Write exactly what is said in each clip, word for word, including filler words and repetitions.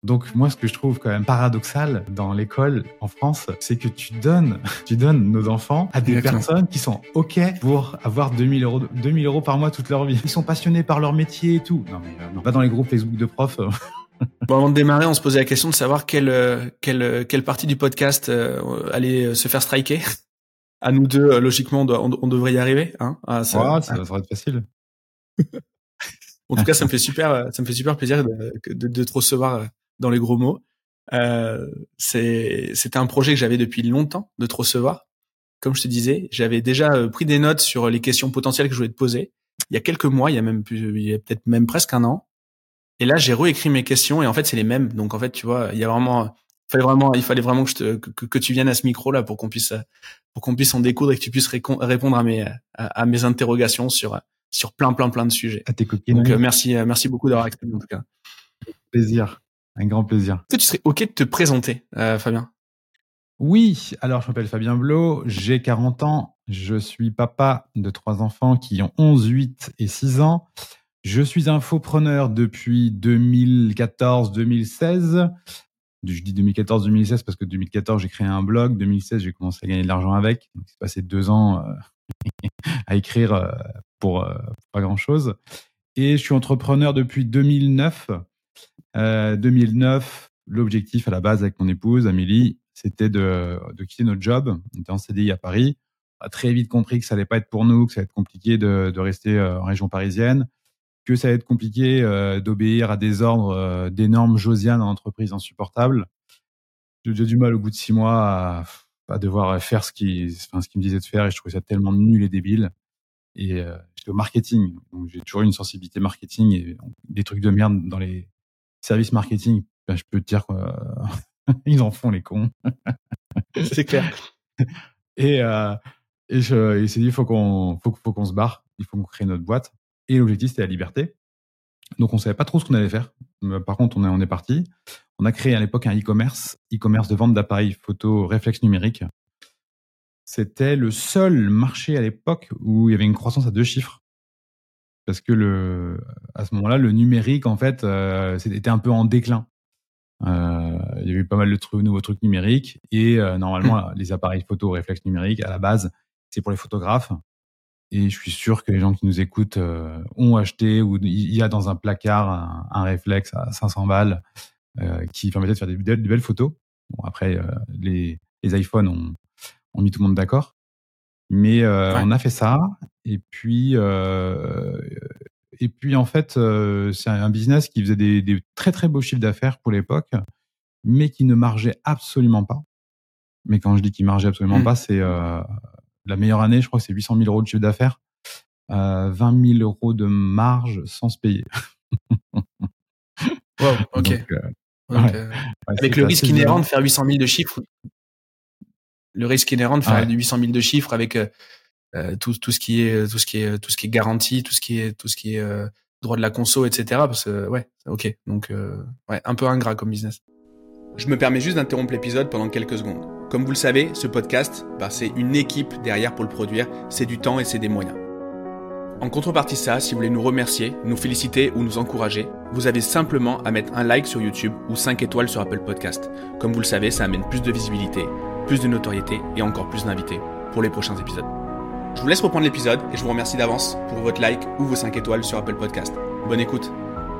Donc moi, ce que je trouve quand même paradoxal dans l'école en France, c'est que tu donnes, tu donnes nos enfants à des Exactement. personnes qui sont OK pour avoir deux mille euros, deux mille euros par mois toute leur vie. Ils sont passionnés par leur métier et tout. Non mais euh, non, va dans les groupes Facebook de profs. Euh. Bon, avant de démarrer, on se posait la question de savoir quelle euh, quelle quelle partie du podcast euh, allait se faire striker. À nous deux, euh, logiquement, on, doit, on, on devrait y arriver. Hein ah, ça, Ouais, ça, ça va être facile. En tout cas, ça me fait super, ça me fait super plaisir de, de, de te recevoir dans les gros mots. Euh, c'est, c'était un projet que j'avais depuis longtemps de te recevoir. Comme je te disais, j'avais déjà pris des notes sur les questions potentielles que je voulais te poser. Il y a quelques mois, il y a même plus, il y a peut-être même presque un an. Et là, j'ai réécrit mes questions et en fait, c'est les mêmes. Donc en fait, tu vois, il y a vraiment, il fallait vraiment, il fallait vraiment que je te, que, que tu viennes à ce micro là pour qu'on puisse, pour qu'on puisse en découdre et que tu puisses récon- répondre à mes, à, à mes interrogations sur, sur plein, plein, plein de sujets. À tes coquines. Donc euh, merci, euh, merci beaucoup d'avoir accepté en tout cas. Plaisir, un grand plaisir. Est-ce que tu serais ok de te présenter, euh, Fabien? Oui, alors je m'appelle Fabien Blot, j'ai quarante ans, je suis papa de trois enfants qui ont onze, huit et six ans. Je suis infopreneur depuis deux mille quatorze deux mille seize. Je dis deux mille quatorze deux mille seize parce que deux mille quatorze, j'ai créé un blog. deux mille seize, j'ai commencé à gagner de l'argent avec. Donc, c'est passé deux ans euh, à écrire euh, pour, euh, pour pas grand-chose. Et je suis entrepreneur depuis deux mille neuf. Euh, deux mille neuf, l'objectif à la base avec mon épouse, Amélie, c'était de, de quitter notre job. On était en C D I à Paris. On a très vite compris que ça allait pas être pour nous, que ça allait être compliqué de, de rester euh, en région parisienne, que ça allait être compliqué euh, d'obéir à des ordres euh, d'énormes Josiane en entreprise insupportables. J'ai eu du mal au bout de six mois à, à devoir faire ce qui, enfin, ce qu'il me disait de faire et je trouvais ça tellement nul et débile. Et euh, j'étais au marketing, donc j'ai toujours eu une sensibilité marketing et des trucs de merde dans les services marketing. Ben, je peux te dire quoi, ils en font les cons. C'est clair. Et, euh, et je, il s'est dit, il faut qu'on, faut, faut qu'on se barre, il faut qu'on crée notre boîte. Et l'objectif, c'était la liberté. Donc, on savait pas trop ce qu'on allait faire. Mais par contre, on est, on est parti. On a créé à l'époque un e-commerce, e-commerce de vente d'appareils photo réflexe numérique. C'était le seul marché à l'époque où il y avait une croissance à deux chiffres. Parce que le, à ce moment-là, le numérique, en fait, euh, c'était un peu en déclin. Euh, il y avait eu pas mal de trucs, nouveaux trucs numériques. Et euh, normalement, les appareils photo réflexe numérique, à la base, c'est pour les photographes. Et je suis sûr que les gens qui nous écoutent euh, ont acheté ou il y a dans un placard un, un réflexe à cinq cents balles euh, qui permettait de faire des belles, des belles photos. Bon, après, euh, les, les iPhones ont, ont mis tout le monde d'accord. Mais euh, Ouais. on a fait ça. Et puis, euh, et puis en fait, euh, c'est un business qui faisait des, des très très beaux chiffres d'affaires pour l'époque, mais qui ne margeait absolument pas. Mais quand je dis qu'il margeait absolument Mmh. pas, c'est euh, la meilleure année, je crois que c'est huit cent mille euros de chiffre d'affaires. Euh, vingt mille euros de marge sans se payer. Wow, ok. Donc, euh, Donc, ouais, euh, ouais, avec le c'était risque assez inhérent violent. de faire huit cent mille de chiffres, le risque inhérent de faire Ouais. huit cent mille de chiffres avec euh, tout, tout ce qui est, tout ce qui est, tout ce qui est garantie, tout ce qui est, tout ce qui est euh, droit de la conso, et cetera. Parce que ouais, ok. Donc, euh, ouais, un peu ingrat comme business. Je me permets juste d'interrompre l'épisode pendant quelques secondes. Comme vous le savez, ce podcast, bah, c'est une équipe derrière pour le produire. C'est du temps et c'est des moyens. En contrepartie de ça, si vous voulez nous remercier, nous féliciter ou nous encourager, vous avez simplement à mettre un like sur YouTube ou cinq étoiles sur Apple Podcast. Comme vous le savez, ça amène plus de visibilité, plus de notoriété et encore plus d'invités pour les prochains épisodes. Je vous laisse reprendre l'épisode et je vous remercie d'avance pour votre like ou vos cinq étoiles sur Apple Podcast. Bonne écoute.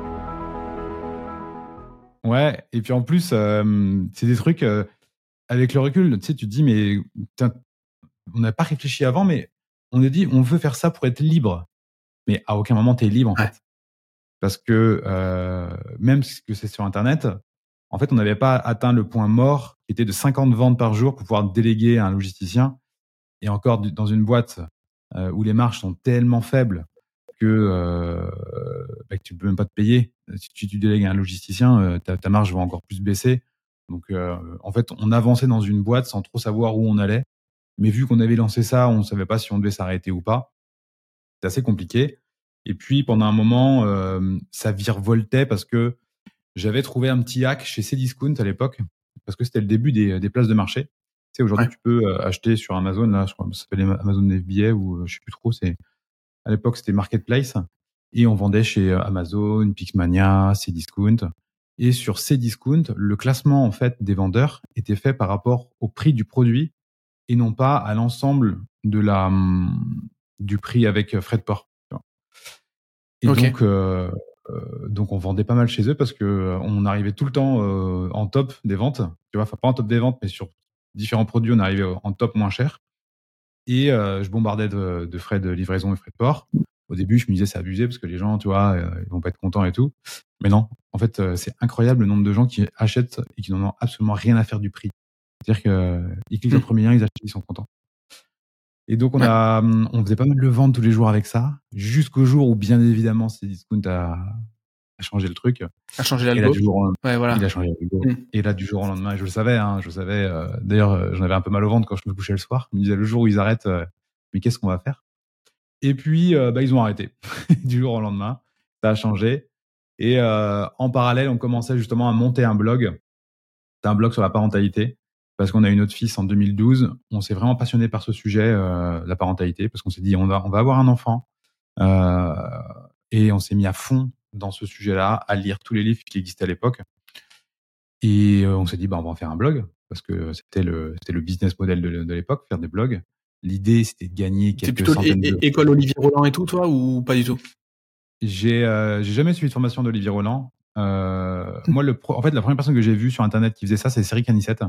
Ouais, et puis en plus, euh, c'est des trucs, euh, avec le recul, tu sais, tu te dis, mais putain, on n'a pas réfléchi avant, mais on a dit, on veut faire ça pour être libre. Mais à aucun moment, tu es libre, en Ouais. fait. Parce que euh, même que c'est sur Internet, en fait, on n'avait pas atteint le point mort qui était de cinquante ventes par jour pour pouvoir déléguer à un logisticien. Et encore, dans une boîte euh, où les marges sont tellement faibles que, euh, bah, que tu peux même pas te payer. Si tu, tu délègues à un logisticien, euh, ta, ta marge va encore plus baisser. Donc, euh, en fait, on avançait dans une boîte sans trop savoir où on allait. Mais vu qu'on avait lancé ça, on ne savait pas si on devait s'arrêter ou pas. C'est assez compliqué. Et puis, pendant un moment, euh, ça virevoltait parce que j'avais trouvé un petit hack chez Cdiscount à l'époque, parce que c'était le début des, des places de marché. Tu sais, aujourd'hui, Ouais. tu peux euh, acheter sur Amazon, là, je crois que ça s'appelle Amazon F B A ou euh, je sais plus trop, c'est, à l'époque, c'était Marketplace. Et on vendait chez Amazon, Pixmania, Cdiscount. Et sur Cdiscount, le classement en fait des vendeurs était fait par rapport au prix du produit et non pas à l'ensemble de la hum, du prix avec frais de port. tu vois. Et Ok. donc, euh, euh, donc on vendait pas mal chez eux parce que euh, on arrivait tout le temps euh, en top des ventes. Tu vois, enfin pas en top des ventes, mais sur différents produits, on arrivait en top moins cher. Et euh, je bombardais de, de frais de livraison et frais de port. Au début, je me disais c'est abusé parce que les gens, tu vois, euh, ils vont pas être contents et tout. Mais non, en fait, euh, c'est incroyable le nombre de gens qui achètent et qui n'en ont absolument rien à faire du prix. C'est-à-dire qu'ils euh, cliquent sur Hmm. le premier lien, ils achètent, ils sont contents. Et donc on Ouais. a, hum, on faisait pas mal de ventes tous les jours avec ça, jusqu'au jour où bien évidemment Cdiscount a, a changé le truc. À changer Et là l'algo. du jour, au- Ouais, il a voilà. changé l'algo. Hmm. Et là du jour au lendemain, je le savais, hein, je le savais. euh, D'ailleurs, euh, j'en avais un peu mal au ventre quand je me couchais le soir. Je me disais le jour où ils arrêtent, euh, mais qu'est-ce qu'on va faire? Et puis, euh, bah, ils ont arrêté du jour au lendemain. Ça a changé. Et euh, en parallèle, on commençait justement à monter un blog. C'est un blog sur la parentalité parce qu'on a eu notre fils en deux mille douze. On s'est vraiment passionné par ce sujet, euh, la parentalité, parce qu'on s'est dit on va, on va avoir un enfant. Euh, et on s'est mis à fond dans ce sujet-là, à lire tous les livres qui existaient à l'époque. Et euh, on s'est dit bah, on va en faire un blog parce que c'était le, c'était le business model de, de l'époque, faire des blogs. L'idée, c'était de gagner T'es quelques plutôt é- centaines é- de... école Olivier Roland et tout, toi, ou pas du tout? J'ai euh, j'ai jamais suivi de formation d'Olivier Roland. Euh, moi, le pro- en fait, la première personne que j'ai vue sur Internet qui faisait ça, c'est Cédric Anissette.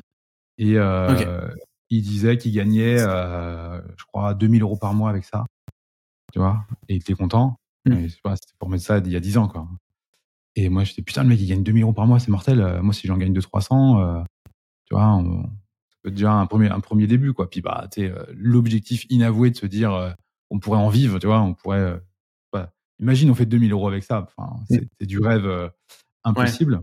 Et Ok. euh, il disait qu'il gagnait, euh, je crois, deux mille euros par mois avec ça. Tu vois, et il était content. Hmm. Et je sais pas, c'était pour mettre ça il y a dix ans, quoi. Et moi, j'étais putain, le mec, il gagne deux mille euros par mois, c'est mortel. Euh, Moi, si j'en gagne deux trois cents, euh, tu vois, on, ça peut être déjà un premier, un premier début, quoi. Puis, bah, tu sais, euh, l'objectif inavoué de se dire, euh, on pourrait en vivre, tu vois, on pourrait, euh, bah, imagine, on fait deux mille euros avec ça. Enfin, c'est c'est du rêve euh, Ouais. impossible.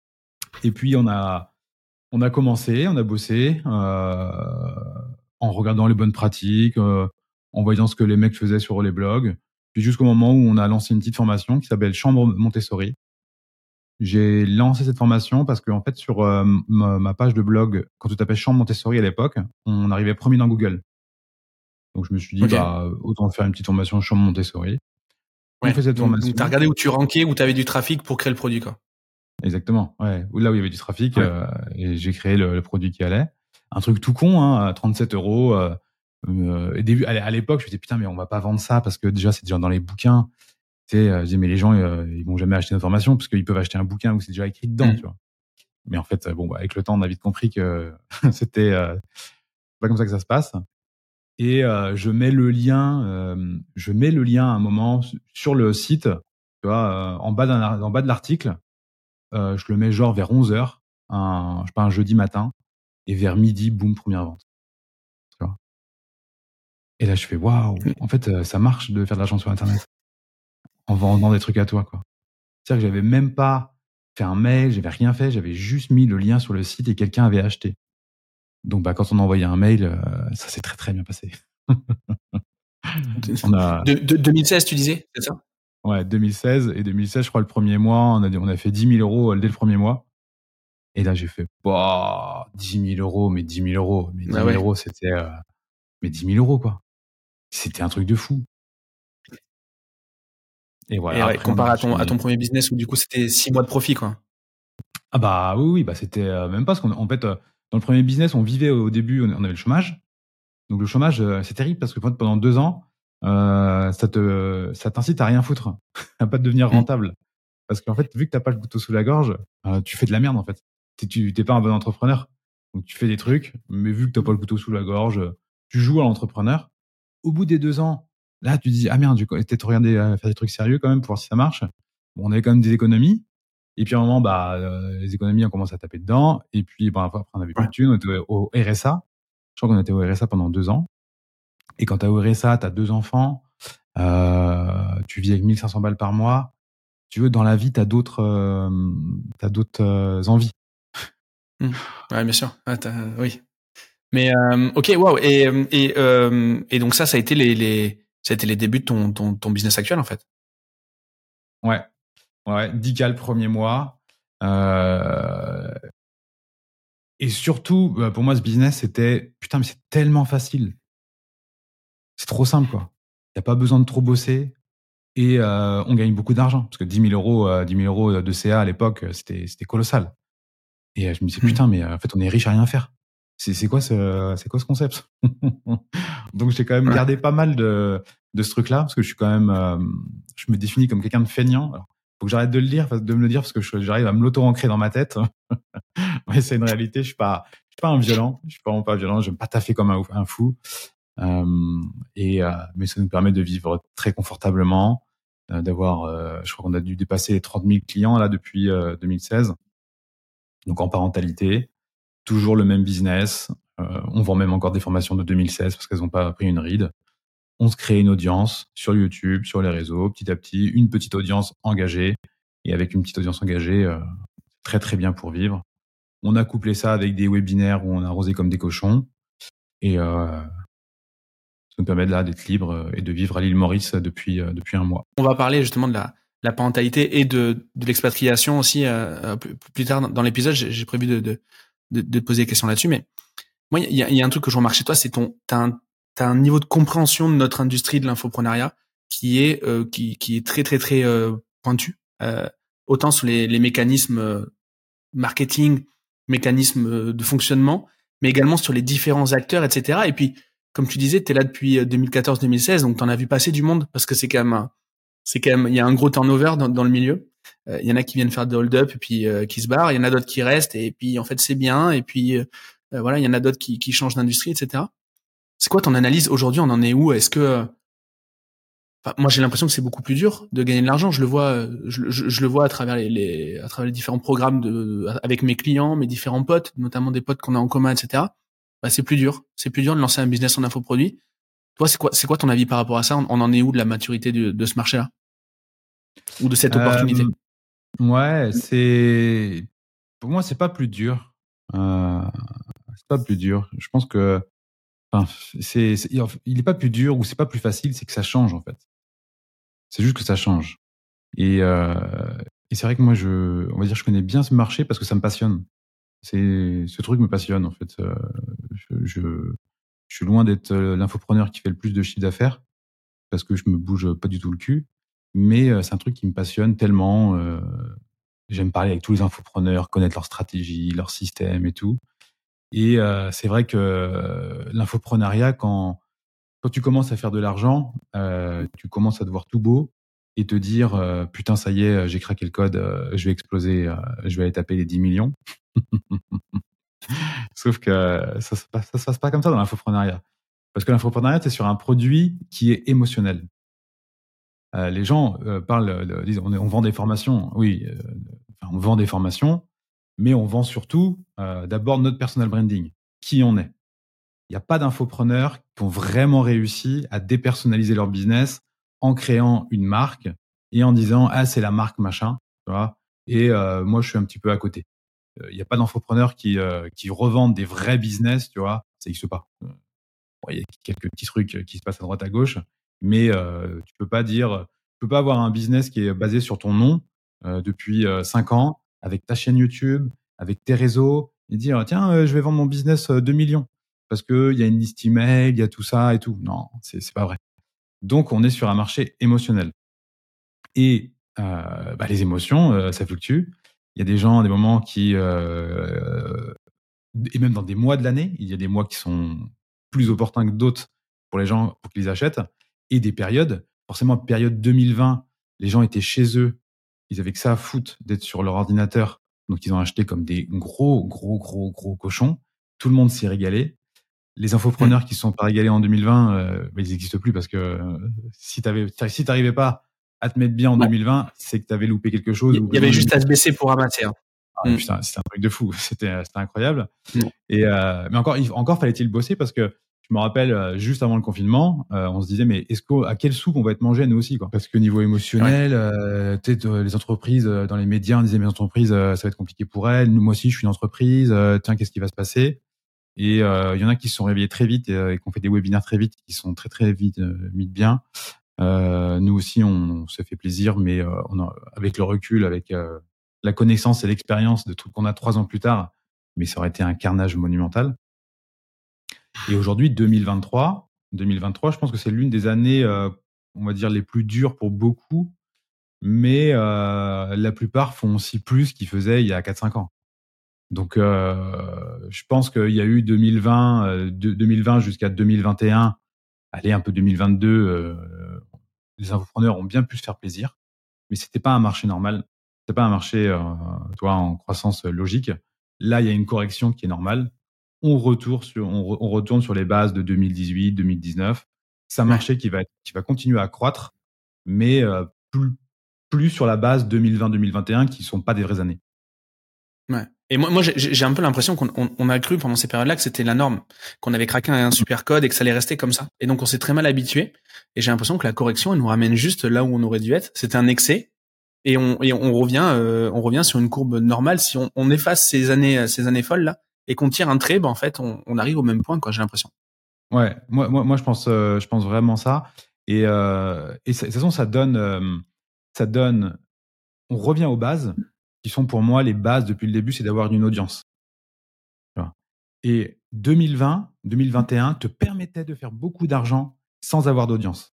Et puis, on a, on a commencé, on a bossé, euh, en regardant les bonnes pratiques, euh, en voyant ce que les mecs faisaient sur les blogs. Puis jusqu'au moment où on a lancé une petite formation qui s'appelle Chambre Montessori. J'ai lancé cette formation parce que en fait sur euh, ma, ma page de blog, quand tu tapais Chambre Montessori à l'époque, on arrivait premier dans Google. Donc je me suis dit Ok. bah autant faire une petite formation Chambre Montessori. On Ouais. fait cette Donc, donc t'as formation. regardé où tu rankais, où t'avais du trafic pour créer le produit, quoi. Exactement. Ouais. Là où il y avait du trafic, Ouais. euh, et j'ai créé le, le produit qui allait. Un truc tout con, hein, à trente-sept euros. Euh, euh, et début, à l'époque, je me disais putain, mais on va pas vendre ça parce que déjà c'est déjà dans les bouquins. Tu sais, euh, je disais mais les gens euh, ils vont jamais acheter notre formation parce qu'ils peuvent acheter un bouquin où c'est déjà écrit dedans, Hmm. tu vois. Mais en fait, euh, bon, bah, avec le temps, on a vite compris que c'était euh, pas comme ça que ça se passe. Et euh, je mets le lien, euh, je mets le lien à un moment sur le site, tu vois, euh, en bas d'un, ar- en bas de l'article. Euh, je le mets genre vers onze heures, un, je sais pas, un jeudi matin, et vers midi, boum, première vente. Tu vois. Et là, je fais waouh, en fait, euh, ça marche de faire de l'argent sur Internet en vendant des trucs à toi, quoi. C'est-à-dire que j'avais même pas fait un mail, j'avais rien fait, j'avais juste mis le lien sur le site et quelqu'un avait acheté. Donc, bah, quand on a envoyé un mail, euh, ça s'est très très bien passé. De, On a, de, de- deux mille seize, tu disais, c'est ça? ouais, deux mille seize et deux mille seize, je crois, le premier mois, on a, on a fait dix mille euros dès le premier mois. Et là, j'ai fait, bah, dix mille euros, mais dix mille euros, mais dix Ah mille ouais. euros, c'était, euh, mais dix mille euros, quoi. C'était un truc de fou. Et Et voilà, ouais, après, on a comparé à ton, à enchaîné. ton premier business où du coup c'était six mois de profit, quoi. Ah bah oui, oui, bah c'était euh, même pas ce qu'on, en fait, euh, dans le premier business, on vivait au début, on on avait le chômage. Donc le chômage, euh, c'est terrible parce que en fait, pendant deux ans, euh, ça te, ça t'incite à rien foutre, à pas devenir Hmm. rentable. Parce qu'en fait, vu que t'as pas le couteau sous la gorge, euh, tu fais de la merde en fait. T'es, tu t'es pas un bon entrepreneur. Donc tu fais des trucs, mais vu que t'as pas le couteau sous la gorge, tu joues à l'entrepreneur. Au bout des deux ans, là, tu dis ah merde, j'ai peut-être regardé à faire des trucs sérieux quand même pour voir si ça marche. Bon, on avait quand même des économies. Et puis à un moment, bah, euh, les économies, on commence à taper dedans. Et puis, bah, après, on avait plus Ouais. de thunes. On était au R S A. Je crois qu'on était au R S A pendant deux ans. Et quand t'as au R S A, t'as deux enfants, euh, tu vis avec mille cinq cents balles par mois. Tu veux, dans la vie, t'as d'autres, euh, t'as d'autres euh, envies. Hmm. Ouais, bien sûr. Ah, t'as- oui. Mais euh, ok, waouh. Et euh, et euh, et donc ça, ça a été les les ça a été les débuts de ton ton ton business actuel en fait. Ouais, ouais, dix K le premier mois. Euh, et surtout, bah, pour moi, ce business, c'était, putain, mais c'est tellement facile. C'est trop simple, quoi. Y a pas besoin de trop bosser. et euh, on gagne beaucoup d'argent parce que dix mille euros, euh, dix mille euros de C A à l'époque, c'était c'était colossal. Et euh, je me disais putain, mais euh, en fait on est riche à rien faire. C'est c'est quoi ce c'est quoi ce concept? Donc j'ai quand même Ouais. gardé pas mal de de ce truc-là parce que je suis quand même euh, je me définis comme quelqu'un de feignant. Alors, faut que j'arrête de le dire, de me le dire parce que je- j'arrive à me l'auto-ancrer dans ma tête. Mais c'est une réalité. Je suis pas je suis pas un violent. Je suis pas pas violent. J'aime pas taffer comme un, un fou. Euh, et euh, mais ça nous permet de vivre très confortablement, euh, d'avoir. Euh, je crois qu'on a dû dépasser les trente mille clients là depuis euh, deux mille seize. Donc en parentalité, toujours le même business. Euh, on vend même encore des formations de deux mille seize parce qu'elles n'ont pas pris une ride. On se crée une audience sur YouTube, sur les réseaux, petit à petit, une petite audience engagée. Et avec une petite audience engagée, euh, très très bien pour vivre. On a couplé ça avec des webinaires où on a arrosé comme des cochons. Et euh, ça nous permet là d'être libre et de vivre à l'île Maurice depuis, euh, depuis un mois. On va parler justement de la, la parentalité et de, de l'expatriation aussi euh, plus, plus tard dans, dans l'épisode. J'ai, j'ai prévu de, de, de, de te poser des questions là-dessus. Mais moi, il y a, y a un truc que je remarque chez toi, c'est ton, t'as un, t'as un niveau de compréhension de notre industrie de l'infoprenariat qui est, euh, qui, qui est très, très, très euh, pointu. Euh, autant sur les, les mécanismes euh, marketing, mécanismes euh, de fonctionnement, mais également sur les différents acteurs, et cetera. Et puis, comme tu disais, tu es là depuis deux mille quatorze deux mille seize, donc tu en as vu passer du monde, parce que c'est quand même, un, c'est quand même, il y a un gros turnover dans, dans le milieu. Il euh, y en a qui viennent faire des hold-up et puis euh, qui se barrent. Il y en a d'autres qui restent et puis en fait c'est bien. Et puis euh, voilà, il y en a d'autres qui, qui changent d'industrie, et cetera. C'est quoi ton analyse aujourd'hui? On en est où? Est-ce que euh, Enfin, moi, j'ai l'impression que c'est beaucoup plus dur de gagner de l'argent. Je le vois, je, je, je le vois à travers les, les, à travers les différents programmes de, avec mes clients, mes différents potes, notamment des potes qu'on a en commun, et cetera. Bah, c'est plus dur. C'est plus dur de lancer un business en infoproduit. Toi, c'est quoi, c'est quoi ton avis par rapport à ça? On, on en est où de la maturité de, de ce marché-là? Ou de cette opportunité? Euh, ouais, c'est pour moi c'est pas plus dur. Euh, c'est pas plus dur. Je pense que enfin, c'est, c'est il est pas plus dur ou c'est pas plus facile, c'est que ça change en fait. C'est juste que ça change. Et, euh, et c'est vrai que moi je on va dire je connais bien ce marché parce que ça me passionne. C'est ce truc me passionne en fait. Euh, je, je je suis loin d'être euh, l'infopreneur qui fait le plus de chiffre d'affaires parce que je me bouge pas du tout le cul. Mais euh, c'est un truc qui me passionne tellement. Euh, j'aime parler avec tous les infopreneurs, connaître leur stratégie, leur système et tout. Et euh, c'est vrai que euh, l'infoprenariat, quand, quand tu commences à faire de l'argent, euh, tu commences à te voir tout beau et te dire euh, putain, ça y est, j'ai craqué le code, euh, je vais exploser, euh, je vais aller taper les dix millions. Sauf que ça se passe, ça se passe pas comme ça dans l'infoprenariat. Parce que l'infoprenariat, c'est sur un produit qui est émotionnel. Euh, les gens euh, parlent, de, disent, on, on vend des formations. Oui, euh, enfin, on vend des formations, mais on vend surtout euh, d'abord notre personal branding, qui on est. Il n'y a pas d'infopreneurs qui ont vraiment réussi à dépersonnaliser leur business en créant une marque et en disant ah c'est la marque machin, tu vois. Et euh, moi je suis un petit peu à côté. Il n'y a pas d'infopreneurs qui euh, qui revendent des vrais business, tu vois. Ça n'existe pas. Bon, il y a quelques petits trucs qui se passent à droite à gauche, mais euh, tu peux pas dire, tu peux pas avoir un business qui est basé sur ton nom euh, depuis euh, cinq ans, avec ta chaîne YouTube, avec tes réseaux, et dire tiens, euh, je vais vendre mon business euh, deux millions parce que il y a une liste email, il y a tout ça et tout. Non, c'est c'est pas vrai. Donc on est sur un marché émotionnel et euh, bah, les émotions, euh, ça fluctue. Il y a des gens, à des moments qui euh, et même dans des mois de l'année, il y a des mois qui sont plus opportuns que d'autres pour les gens pour qu'ils les achètent, et des périodes. Forcément, période deux mille vingt, les gens étaient chez eux, ils avaient que ça à foutre d'être sur leur ordinateur, donc ils ont acheté comme des gros, gros, gros, gros cochons. Tout le monde s'y régalé. Les infopreneurs qui se sont pas régalés en deux mille vingt, euh, bah, ils n'existent plus parce que euh, si t'avais, si t'arrivais pas à te mettre bien en Ouais. deux mille vingt, c'est que t'avais loupé quelque chose. Il y avait juste à se baisser pour ramasser. Hein. Ah, Mm. putain, c'était un truc de fou. C'était, c'était incroyable. Mm. Et euh, mais encore, il- encore fallait-il bosser parce que je me rappelle euh, juste avant le confinement, euh, on se disait mais est-ce qu'à quel soupe on va être mangé nous aussi quoi. Parce que niveau émotionnel, ouais. euh, peut-être euh, les entreprises euh, dans les médias on disait mes entreprises euh, ça va être compliqué pour elles. Nous moi aussi je suis une entreprise. Euh, tiens qu'est-ce qui va se passer? Et il euh, y en a qui se sont réveillés très vite et, euh, et qui ont fait des webinaires très vite, qui sont très très vite euh, mis de bien. Euh, nous aussi on, on se fait plaisir, mais euh, on a, avec le recul, avec euh, la connaissance et l'expérience de tout qu'on a trois ans plus tard, mais ça aurait été un carnage monumental. Et aujourd'hui, deux mille vingt-trois, deux mille vingt-trois, je pense que c'est l'une des années, euh, on va dire, les plus durs pour beaucoup, mais euh, la plupart font aussi plus qu'ils faisaient il y a quatre cinq ans. Donc, euh, je pense qu'il y a eu deux mille vingt, euh, de, deux mille vingt jusqu'à deux mille vingt et un, allez, un peu deux mille vingt-deux, euh, les infopreneurs ont bien pu se faire plaisir, mais c'était pas un marché normal. C'était pas un marché, euh, toi, en croissance logique. Là, il y a une correction qui est normale. On retourne sur, on, re, on retourne sur les bases de deux mille dix-huit, deux mille dix-neuf. C'est un Ouais. marché qui va, qui va continuer à croître, mais euh, plus, plus sur la base deux mille vingt, deux mille vingt et un, qui sont pas des vraies années. Ouais. Et moi, moi, j'ai, j'ai un peu l'impression qu'on on, on a cru pendant ces périodes-là que c'était la norme, qu'on avait craqué un super code et que ça allait rester comme ça. Et donc, on s'est très mal habitué. Et j'ai l'impression que la correction, elle nous ramène juste là où on aurait dû être. C'était un excès. Et on, et on revient, euh, on revient sur une courbe normale. Si on, on efface ces années, ces années folles là, et qu'on tire un trait, ben en fait, on, on arrive au même point, quoi. J'ai l'impression. Ouais, moi, moi, moi, je pense, euh, je pense vraiment ça. Et, euh, et de toute façon, ça donne, euh, ça donne. On revient aux bases, qui sont pour moi les bases depuis le début, c'est d'avoir une audience. Et deux mille vingt, deux mille vingt et un te permettait de faire beaucoup d'argent sans avoir d'audience.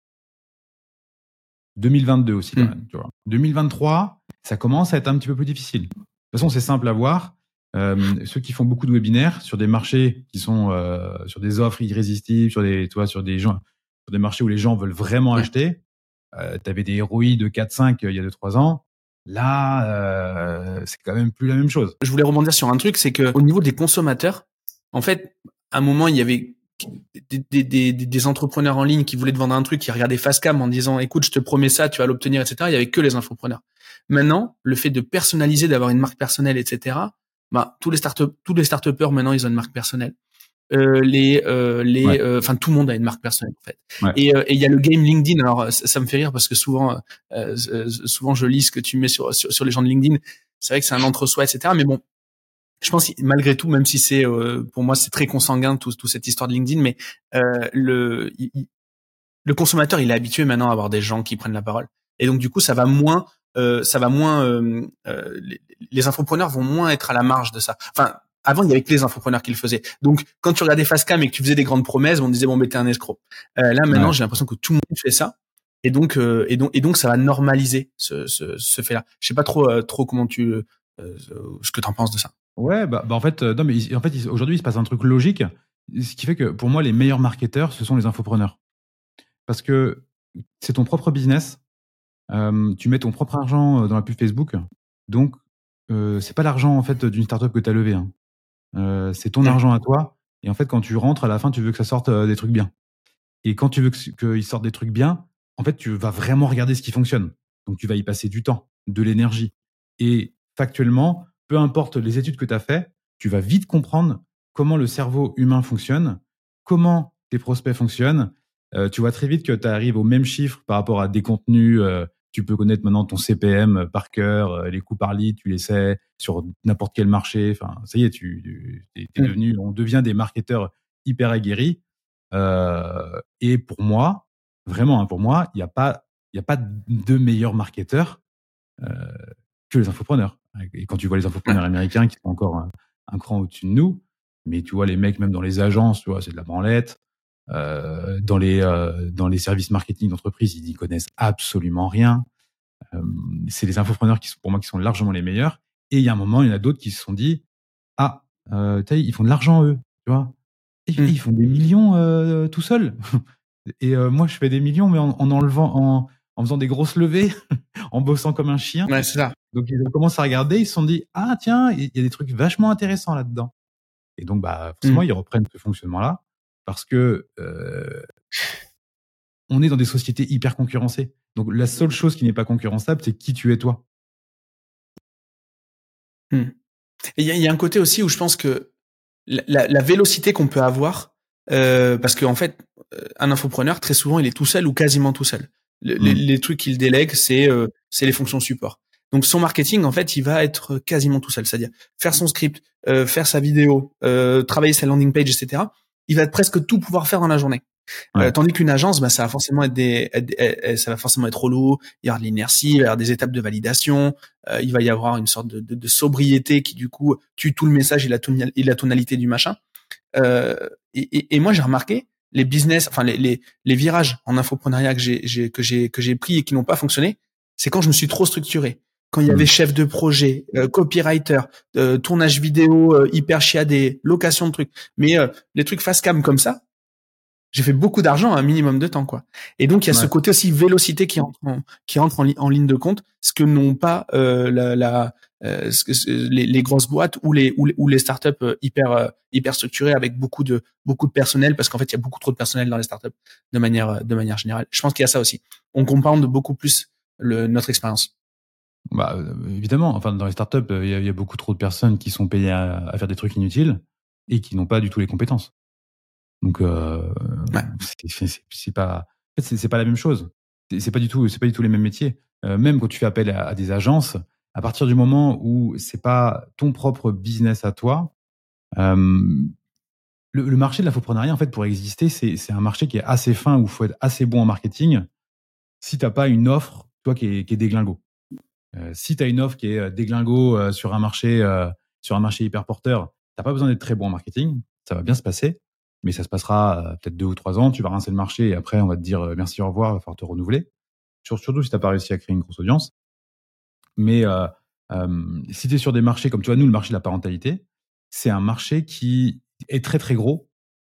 deux mille vingt-deux aussi, quand Mmh. même. Tu vois. deux mille vingt-trois, ça commence à être un petit peu plus difficile. De toute façon, c'est simple à voir. Euh, ceux qui font beaucoup de webinaires sur des marchés qui sont euh, sur des offres irrésistibles, sur des, tu vois, sur des gens, sur des marchés où les gens veulent vraiment Ouais. acheter. Euh, tu avais des R O I de quatre cinq euh, il y a deux trois ans. Là, euh, c'est quand même plus la même chose. Je voulais rebondir sur un truc, c'est que au niveau des consommateurs, en fait, à un moment, il y avait des, des, des, des entrepreneurs en ligne qui voulaient te vendre un truc, qui regardaient Fastcam en disant, écoute, je te promets ça, tu vas l'obtenir, et cetera. Il y avait que les infopreneurs. Maintenant, le fait de personnaliser, d'avoir une marque personnelle, et cetera. Bah, tous les start tous les start-upers maintenant, ils ont une marque personnelle. Euh, les euh, les enfin ouais. euh, tout le monde a une marque personnelle en fait. Ouais. Et euh, et il y a le game LinkedIn. Alors ça, ça me fait rire parce que souvent euh, souvent je lis ce que tu mets sur sur, sur les gens de LinkedIn. C'est vrai que c'est un entre-soi, et cetera. Mais bon, je pense malgré tout, même si c'est euh, pour moi c'est très consanguin tout toute cette histoire de LinkedIn, mais euh, le il, le consommateur il est habitué maintenant à avoir des gens qui prennent la parole. Et donc du coup ça va moins euh, ça va moins euh, euh, les, les infopreneurs vont moins être à la marge de ça. Enfin avant, il y avait que les infopreneurs qui le faisaient. Donc, quand tu regardais Fastcam et que tu faisais des grandes promesses, on disait bon, mais t'es un escroc. Euh, là, maintenant, ouais. j'ai l'impression que tout le monde fait ça, et donc, euh, et donc, et donc, ça va normaliser ce, ce, ce fait-là. Je sais pas trop, euh, trop comment tu, euh, ce que t'en penses de ça. Ouais, bah, bah en fait, euh, non, mais en fait, aujourd'hui, il se passe un truc logique, ce qui fait que pour moi, les meilleurs marketeurs, ce sont les infopreneurs, parce que c'est ton propre business. Euh, tu mets ton propre argent dans la pub Facebook, donc euh, c'est pas l'argent en fait d'une startup que tu as levé. Hein. Euh, c'est ton mmh. argent à toi. Et en fait, quand tu rentres à la fin, tu veux que ça sorte euh, des trucs bien. Et quand tu veux qu'ils que sortent des trucs bien, en fait, tu vas vraiment regarder ce qui fonctionne. Donc, tu vas y passer du temps, de l'énergie. Et factuellement, peu importe les études que tu as fait, tu vas vite comprendre comment le cerveau humain fonctionne, comment tes prospects fonctionnent. Euh, tu vois très vite que tu arrives au même chiffre par rapport à des contenus. Euh, tu peux connaître maintenant ton C P M par cœur, euh, les coûts par lead, tu les sais sur n'importe quel marché. Enfin, ça y est, tu es mmh. devenu, on devient des marketeurs hyper aguerris. Euh, et pour moi, vraiment, hein, pour moi, il n'y a pas, il y a pas de meilleurs marketeurs euh, que les infopreneurs. Et quand tu vois les infopreneurs ouais. américains qui sont encore un, un cran au-dessus de nous, mais tu vois les mecs même dans les agences, tu vois, c'est de la branlette. Euh, dans les euh, dans les services marketing d'entreprise, ils n'y connaissent absolument rien. Euh, c'est les infopreneurs qui sont pour moi qui sont largement les meilleurs. Et il y a un moment, il y en a d'autres qui se sont dit ah, euh, ils font de l'argent eux, tu vois. Et, mmh. Ils font des millions euh, tout seuls. Et euh, moi, je fais des millions, mais en, en enlevant, en, en faisant des grosses levées, en bossant comme un chien. Ouais, c'est ça. Donc, ils ont commencé à regarder, ils se sont dit, ah, tiens, il y a des trucs vachement intéressants là-dedans. Et donc, bah, forcément, mmh. ils reprennent ce fonctionnement-là parce que euh, on est dans des sociétés hyper concurrencées. Donc, la seule chose qui n'est pas concurrençable, c'est qui tu es toi. Mmh. Et il y, y a un côté aussi où je pense que la, la, la vélocité qu'on peut avoir, euh, parce qu'en fait, un infopreneur, très souvent, il est tout seul ou quasiment tout seul. Le, mmh. les, les trucs qu'il délègue, c'est euh, c'est les fonctions support. Donc son marketing, en fait, il va être quasiment tout seul, c'est-à-dire faire son script, euh, faire sa vidéo, euh, travailler sa landing page, et cetera. Il va presque tout pouvoir faire dans la journée. Ouais. Euh, tandis qu'une agence, bah, ça va forcément être des, être, ça va forcément être relou. Il y aura de l'inertie, il va y avoir des étapes de validation. Euh, il va y avoir une sorte de, de, de sobriété qui du coup tue tout le message et la, tonali- et la tonalité du machin. Euh, et, et, et moi j'ai remarqué les business, enfin les les, les virages en infoprenariat que j'ai, j'ai que j'ai que j'ai pris et qui n'ont pas fonctionné, c'est quand je me suis trop structuré. Quand il y avait Mmh. chef de projet, euh, copywriter, euh, tournage vidéo euh, hyper chiadé, location de trucs, mais euh, les trucs face cam comme ça, j'ai fait beaucoup d'argent à un minimum de temps, quoi. Et donc il y a ce Ouais. côté aussi vélocité qui entre en, qui entre en, li- en ligne de compte, ce que n'ont pas euh, la, la euh, ce que, ce- les, les grosses boîtes ou les ou les, ou les startups euh, hyper euh, hyper structurées avec beaucoup de beaucoup de personnel, parce qu'en fait il y a beaucoup trop de personnel dans les startups de manière euh, de manière générale. Je pense qu'il y a ça aussi. On compound beaucoup plus le, notre expérience. Bah, euh, évidemment, enfin, dans les startups, il y, a- il y a beaucoup trop de personnes qui sont payées à, à faire des trucs inutiles et qui n'ont pas du tout les compétences. Donc, euh, Ouais. c'est, c'est, c'est pas, en fait, c'est, c'est pas la même chose. C'est, c'est pas du tout, c'est pas du tout les mêmes métiers. Euh, même quand tu fais appel à, à des agences, à partir du moment où c'est pas ton propre business à toi, euh, le, le marché de l'infoprenariat, en fait, pour exister, c'est, c'est un marché qui est assez fin où il faut être assez bon en marketing si t'as pas une offre, toi, qui est, qui est déglingo. Euh, si tu as une offre qui est euh, déglingo euh, sur un marché euh, sur un marché hyper porteur, t'as pas besoin d'être très bon en marketing, ça va bien se passer, mais ça se passera euh, peut-être deux ou trois ans, tu vas rincer le marché et après on va te dire euh, merci, au revoir, il va falloir te renouveler. Sur- Surtout si t'as pas réussi à créer une grosse audience. Mais euh, euh, si tu es sur des marchés comme tu vois, nous, le marché de la parentalité, c'est un marché qui est très très gros.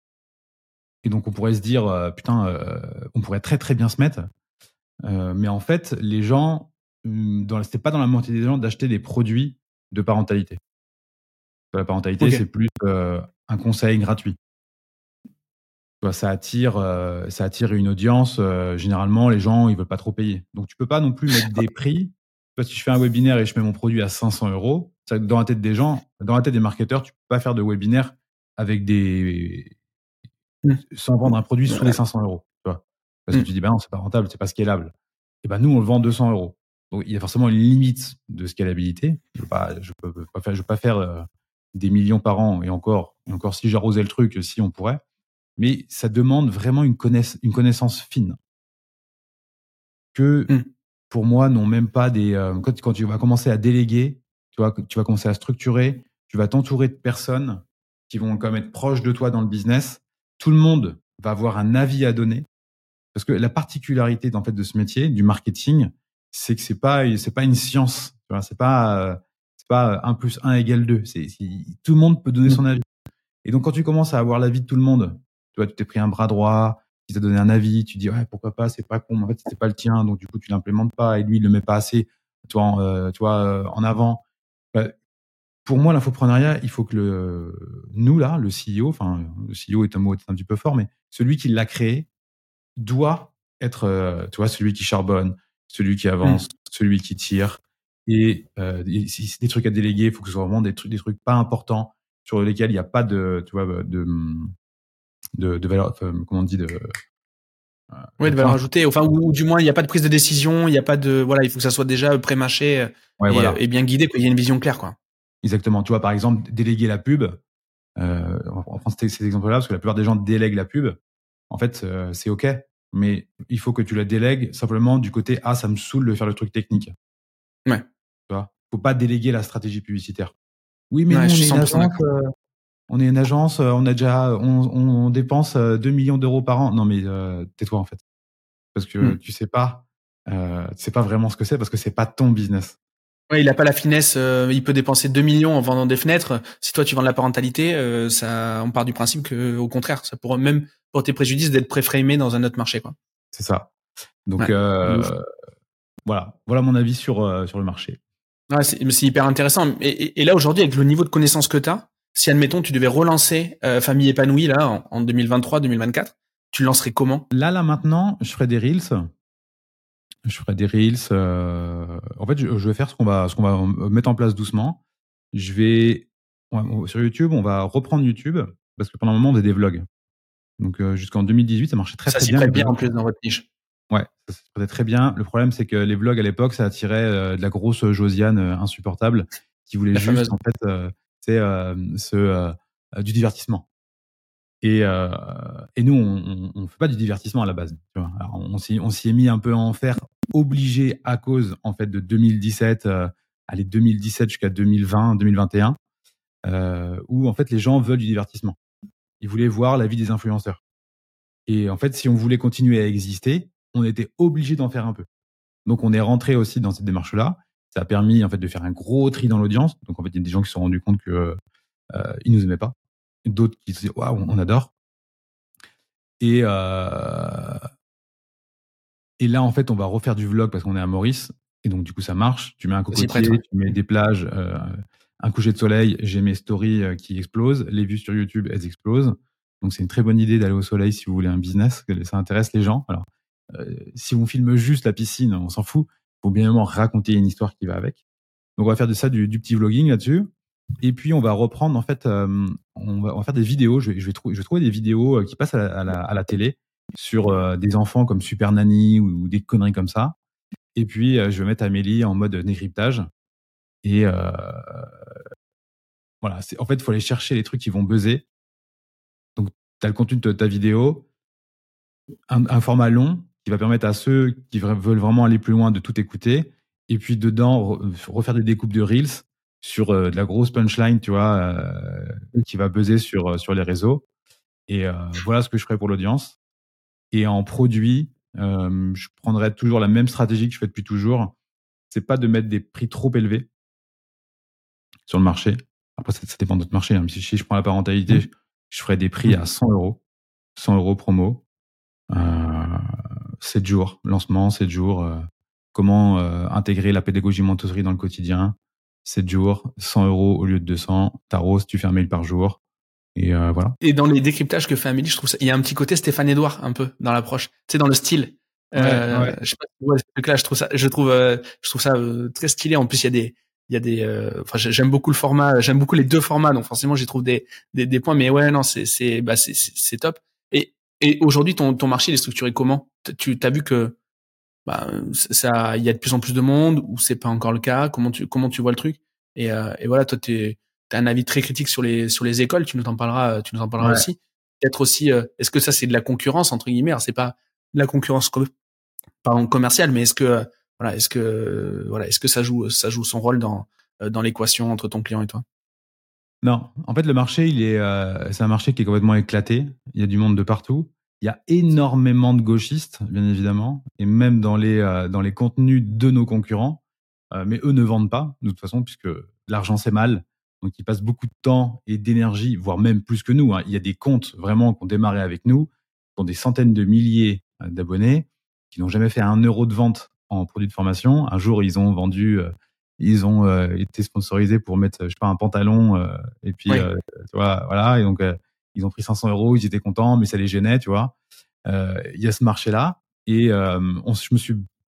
Et donc on pourrait se dire, euh, putain, euh, on pourrait très très bien se mettre. Euh, mais en fait, les gens, hum, dans, c'était pas dans la mentalité des gens d'acheter des produits de parentalité. La parentalité, Ok. c'est plus euh, un conseil gratuit. Tu vois, ça attire, euh, ça attire une audience. Euh, généralement, les gens, ils veulent pas trop payer. Donc, tu peux pas non plus mettre des prix. Tu vois, si je fais un webinaire et je mets mon produit à cinq cents euros, ça, dans la tête des gens, dans la tête des marketeurs, tu peux pas faire de webinaire avec des, Mm. sans vendre un produit sous les Ouais. cinq cents euros. Tu vois, parce que Mm. tu dis, bah non, c'est pas rentable, c'est pas scalable. Et ben nous, on le vend deux cents euros. Donc, il y a forcément une limite de scalabilité. Je ne pas, je peux pas faire, je peux pas faire euh, des millions par an. Et encore, et encore, si j'arrosais le truc, si on pourrait. Mais ça demande vraiment une, connaiss- une connaissance fine que, Mm. pour moi, n'ont même pas des. Euh, quand, quand tu vas commencer à déléguer, tu vois, tu vas commencer à structurer, tu vas t'entourer de personnes qui vont quand même être proches de toi dans le business. Tout le monde va avoir un avis à donner. Parce que la particularité en fait de ce métier, du marketing, c'est que c'est pas c'est pas une science. Tu vois, c'est pas euh, c'est pas un plus un égale deux. C'est, c'est tout le monde peut donner son Mm. avis. Et donc quand tu commences à avoir l'avis de tout le monde, tu vois, tu t'es pris un bras droit, qui t'a donné un avis, tu dis ouais pourquoi pas, c'est pas con, mais en fait c'était pas le tien, donc du coup tu l'implémentes pas et lui il le met pas assez, tu vois, en, euh, tu vois, euh, en avant. Bah, pour moi, l'infoprenariat, il faut que le nous là, le C E O, enfin le C E O est un mot est un petit peu fort, mais celui qui l'a créé doit être, euh, tu vois, celui qui charbonne, celui qui avance, Mm. celui qui tire. Et euh, et si c'est des trucs à déléguer, il faut que ce soit vraiment des trucs, des trucs pas importants sur lesquels il n'y a pas de, tu vois, de, de, de valeur, enfin, comment on dit, de, Ouais, de de points. valeur ajoutée. Enfin, ou, ou du moins, il n'y a pas de prise de décision, il n'y a pas de, voilà, il faut que ça soit déjà pré-mâché euh, Ouais, et, euh, voilà, et bien guidé, quoi. Il y a une vision claire, quoi. exactement. Tu vois, par exemple, déléguer la pub. Euh, on prend ces, ces exemples-là parce que la plupart des gens délèguent la pub. En fait, euh, c'est ok, mais il faut que tu la délègues simplement du côté ah, ça me saoule de faire le truc technique. Ouais. Tu vois, faut pas déléguer la stratégie publicitaire. Oui, mais Ouais, nous, je on suis est une cent pour cent agence, d'accord. euh, on est une agence, euh, on a déjà, on, on dépense euh, deux millions d'euros par an. Non, mais euh, tais-toi en fait, parce que Mm. tu sais pas, euh, tu sais pas vraiment ce que c'est parce que c'est pas ton business. Ouais, il a pas la finesse, euh, il peut dépenser deux millions en vendant des fenêtres. Si toi, tu vends de la parentalité, euh, ça, on part du principe que, au contraire, ça pourrait même porter préjudice d'être préframé dans un autre marché, quoi. C'est ça. Donc Ouais. De ouf. euh, voilà, voilà mon avis sur euh, sur le marché. Ouais, c'est, c'est hyper intéressant. Et, et, et là, aujourd'hui, avec le niveau de connaissance que tu as, si, admettons, tu devais relancer euh, Famille épanouie, là, en, en deux mille vingt-trois, deux mille vingt-quatre, tu le lancerais comment? Là, là maintenant, je ferai des reels. Je ferai des reels. Euh, en fait, je, je vais faire ce qu'on va ce qu'on va mettre en place doucement. Je vais on- sur YouTube, on va reprendre YouTube parce que pendant un moment, on faisait des vlogs. Donc euh, jusqu'en deux mille dix-huit, ça marchait très Ça très s'y bien les prête bien, vlogs. en plus, dans votre niche. Ouais, ça se faisait très bien. Le problème, c'est que les vlogs à l'époque, ça attirait euh, de la grosse Josiane euh, insupportable qui voulait La juste, fameuse. en fait, euh, c'est euh, ce, euh, euh, du divertissement. Et, euh, et nous, on, on, on fait pas du divertissement à la base. Tu vois. Alors, on s'y, on s'y est mis un peu à en faire, obligé à cause en fait de deux mille dix-sept, euh, allez deux mille dix-sept jusqu'à deux mille vingt, deux mille vingt et un, euh, où en fait les gens veulent du divertissement. Ils voulaient voir la vie des influenceurs. Et en fait, si on voulait continuer à exister, on était obligé d'en faire un peu. Donc, on est rentré aussi dans cette démarche-là. Ça a permis en fait de faire un gros tri dans l'audience. Donc, en fait, il y a des gens qui se sont rendus compte que euh, ils nous aimaient pas, d'autres qui se disaient waouh, on adore. Et euh, et là, en fait, on va refaire du vlog parce qu'on est à Maurice. Et donc, du coup, ça marche. Tu mets un cocotier, prête, ouais. tu mets des plages, euh, un coucher de soleil. J'ai mes stories euh, qui explosent. Les vues sur YouTube, elles explosent. Donc, c'est une très bonne idée d'aller au soleil si vous voulez un business, que ça intéresse les gens. Alors, euh, si on filme juste la piscine, on s'en fout. Il faut bien évidemment raconter une histoire qui va avec. Donc, on va faire de ça du, du petit vlogging là-dessus. Et puis, on va reprendre, en fait, euh, on, va, on va faire des vidéos. Je vais, je vais, trou- je vais trouver des vidéos euh, qui passent à la, à la, à la télé sur euh, des enfants comme Super Nanny ou, ou des conneries comme ça. Et puis, euh, je vais mettre Amélie en mode décryptage. Et euh, voilà, c'est, en fait, il faut aller chercher les trucs qui vont buzzer. Donc, tu as le contenu de ta vidéo, un, un format long qui va permettre à ceux qui veulent vraiment aller plus loin de tout écouter. Et puis, dedans, refaire des découpes de Reels sur euh, de la grosse punchline, tu vois, euh, qui va buzzer sur, sur les réseaux. Et euh, voilà ce que je ferai pour l'audience. Et en produit, euh, je prendrai toujours la même stratégie que je fais depuis toujours. C'est pas de mettre des prix trop élevés sur le marché. Après, ça, ça dépend de notre marché. Hein. Si, si je prends la parentalité, mmh. je ferai des prix mmh. à cent euros. cent euros promo. Euh, sept jours, lancement, sept jours. Euh, comment euh, intégrer la pédagogie Montessori dans le quotidien. sept jours, cent euros au lieu de deux cents. T'arroses, tu fais un mail par jour. Et euh, voilà. Et dans les décryptages que fait Amélie, je trouve ça, il y a un petit côté Stéphane Edouard un peu dans l'approche, tu sais, dans le style. Ouais, euh, ouais. Je sais pas, ouais, ce truc-là, je trouve ça, je trouve, euh, je trouve ça euh, très stylé. En plus, il y a des, il y a des, euh, enfin, j'aime beaucoup le format, j'aime beaucoup les deux formats, donc forcément, j'y trouve des, des, des points. Mais ouais, non, c'est, c'est, bah, c'est, c'est top. Et, et aujourd'hui, ton, ton marché il est structuré comment? Tu, t'as vu que, bah, ça, il y a de plus en plus de monde, ou c'est pas encore le cas? Comment tu, comment tu vois le truc? Et, euh, et voilà, toi, t'es, t'as un avis très critique sur les, sur les écoles. Tu nous en parleras, tu nous en parleras ouais. aussi. Peut-être aussi, euh, est-ce que ça c'est de la concurrence entre guillemets? Alors, c'est pas de la concurrence com- pardon, commerciale, mais est-ce que, euh, voilà, est-ce que, euh, voilà, est-ce que ça joue, ça joue son rôle dans, euh, dans l'équation entre ton client et toi? Non, en fait, le marché, il est, euh, c'est un marché qui est complètement éclaté. Il y a du monde de partout. Il y a énormément de gauchistes, bien évidemment, et même dans les euh, dans les contenus de nos concurrents. Euh, mais eux ne vendent pas, de toute façon, puisque l'argent c'est mal. Donc ils passent beaucoup de temps et d'énergie, voire même plus que nous. Hein. Il y a des comptes vraiment qui ont démarré avec nous, qui ont des centaines de milliers d'abonnés, qui n'ont jamais fait un euro de vente en produits de formation. Un jour, ils ont vendu. Euh, ils ont euh, été sponsorisés pour mettre, je sais pas, un pantalon, euh, et puis, oui. euh, tu vois, voilà, et donc euh, ils ont pris cinq cents euros, ils étaient contents, mais ça les gênait, tu vois. Euh, il y a ce marché-là, et euh, on, je me suis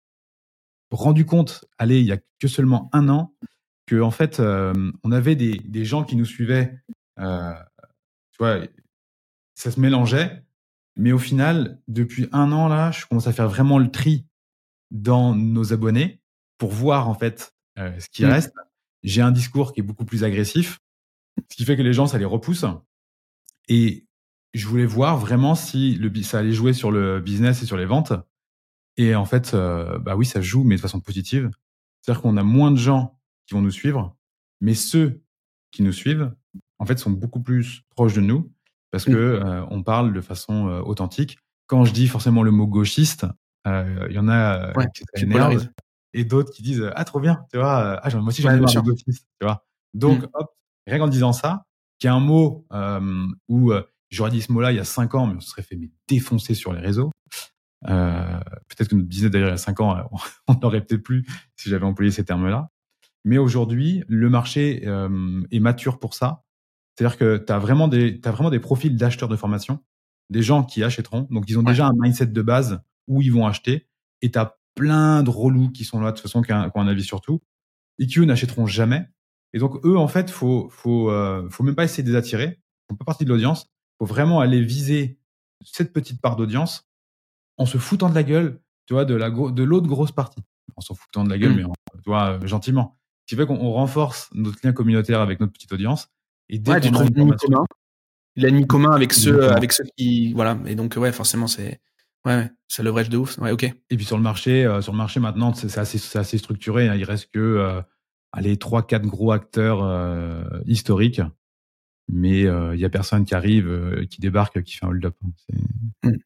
rendu compte, allez, il y a que seulement un an, que en fait, euh, on avait des, des gens qui nous suivaient, euh, tu vois, ça se mélangeait, mais au final, depuis un an là, je commence à faire vraiment le tri dans nos abonnés pour voir en fait euh, ce qui mmh. reste. J'ai un discours qui est beaucoup plus agressif, ce qui fait que les gens, ça les repousse. Et je voulais voir vraiment si le, ça allait jouer sur le business et sur les ventes. Et en fait, euh, bah oui, ça joue, mais de façon positive. C'est-à-dire qu'on a moins de gens qui vont nous suivre, mais ceux qui nous suivent, en fait, sont beaucoup plus proches de nous parce que euh, on parle de façon euh, authentique. Quand je dis forcément le mot gauchiste, il euh, y en a euh, ouais, qui s'énervent et d'autres qui disent ah trop bien, tu vois, ah moi aussi j'en ai marre des gauchistes, tu vois. Donc mm. hop, rien qu'en disant ça, qui est un mot euh, où euh, j'aurais dit ce mot-là il y a cinq ans, mais on se serait fait mais défoncer sur les réseaux. Euh, peut-être que notre business d'ailleurs il y a cinq ans, on n'aurait peut-être plus si j'avais employé ces termes-là. Mais aujourd'hui, le marché euh, est mature pour ça. C'est-à-dire que tu as vraiment des, t'as vraiment des profils d'acheteurs de formation, des gens qui achèteront. Donc, ils ont ouais. déjà un mindset de base où ils vont acheter. Et tu as plein de relous qui sont là, de toute façon, qui ont un, qui ont un avis sur tout, et qui, eux, n'achèteront jamais. Et donc, eux, en fait, faut, faut, euh, faut même pas essayer de les attirer. Ils font pas partie de l'audience. Faut vraiment aller viser cette petite part d'audience en se foutant de la gueule, tu vois, de la gro- de l'autre grosse partie. En s'en foutant de la gueule, mmh. mais en, tu vois, euh, gentiment. Ce qui fait qu'on renforce notre lien communautaire avec notre petite audience. Et dès ouais, qu'on tu trouves l'ennemi commun. L'ennemi commun avec ceux, Exactement. avec ceux qui, voilà. Et donc, ouais, forcément, c'est, ouais, ouais ça leverage de ouf. Ouais, ok. Et puis sur le marché, euh, sur le marché maintenant, c'est, c'est assez, c'est assez structuré. Hein. Il reste que, euh, allez, trois, quatre gros acteurs euh, historiques. Mais il euh, y a personne qui arrive, euh, qui débarque, qui fait un hold-up. C'est... Mmh.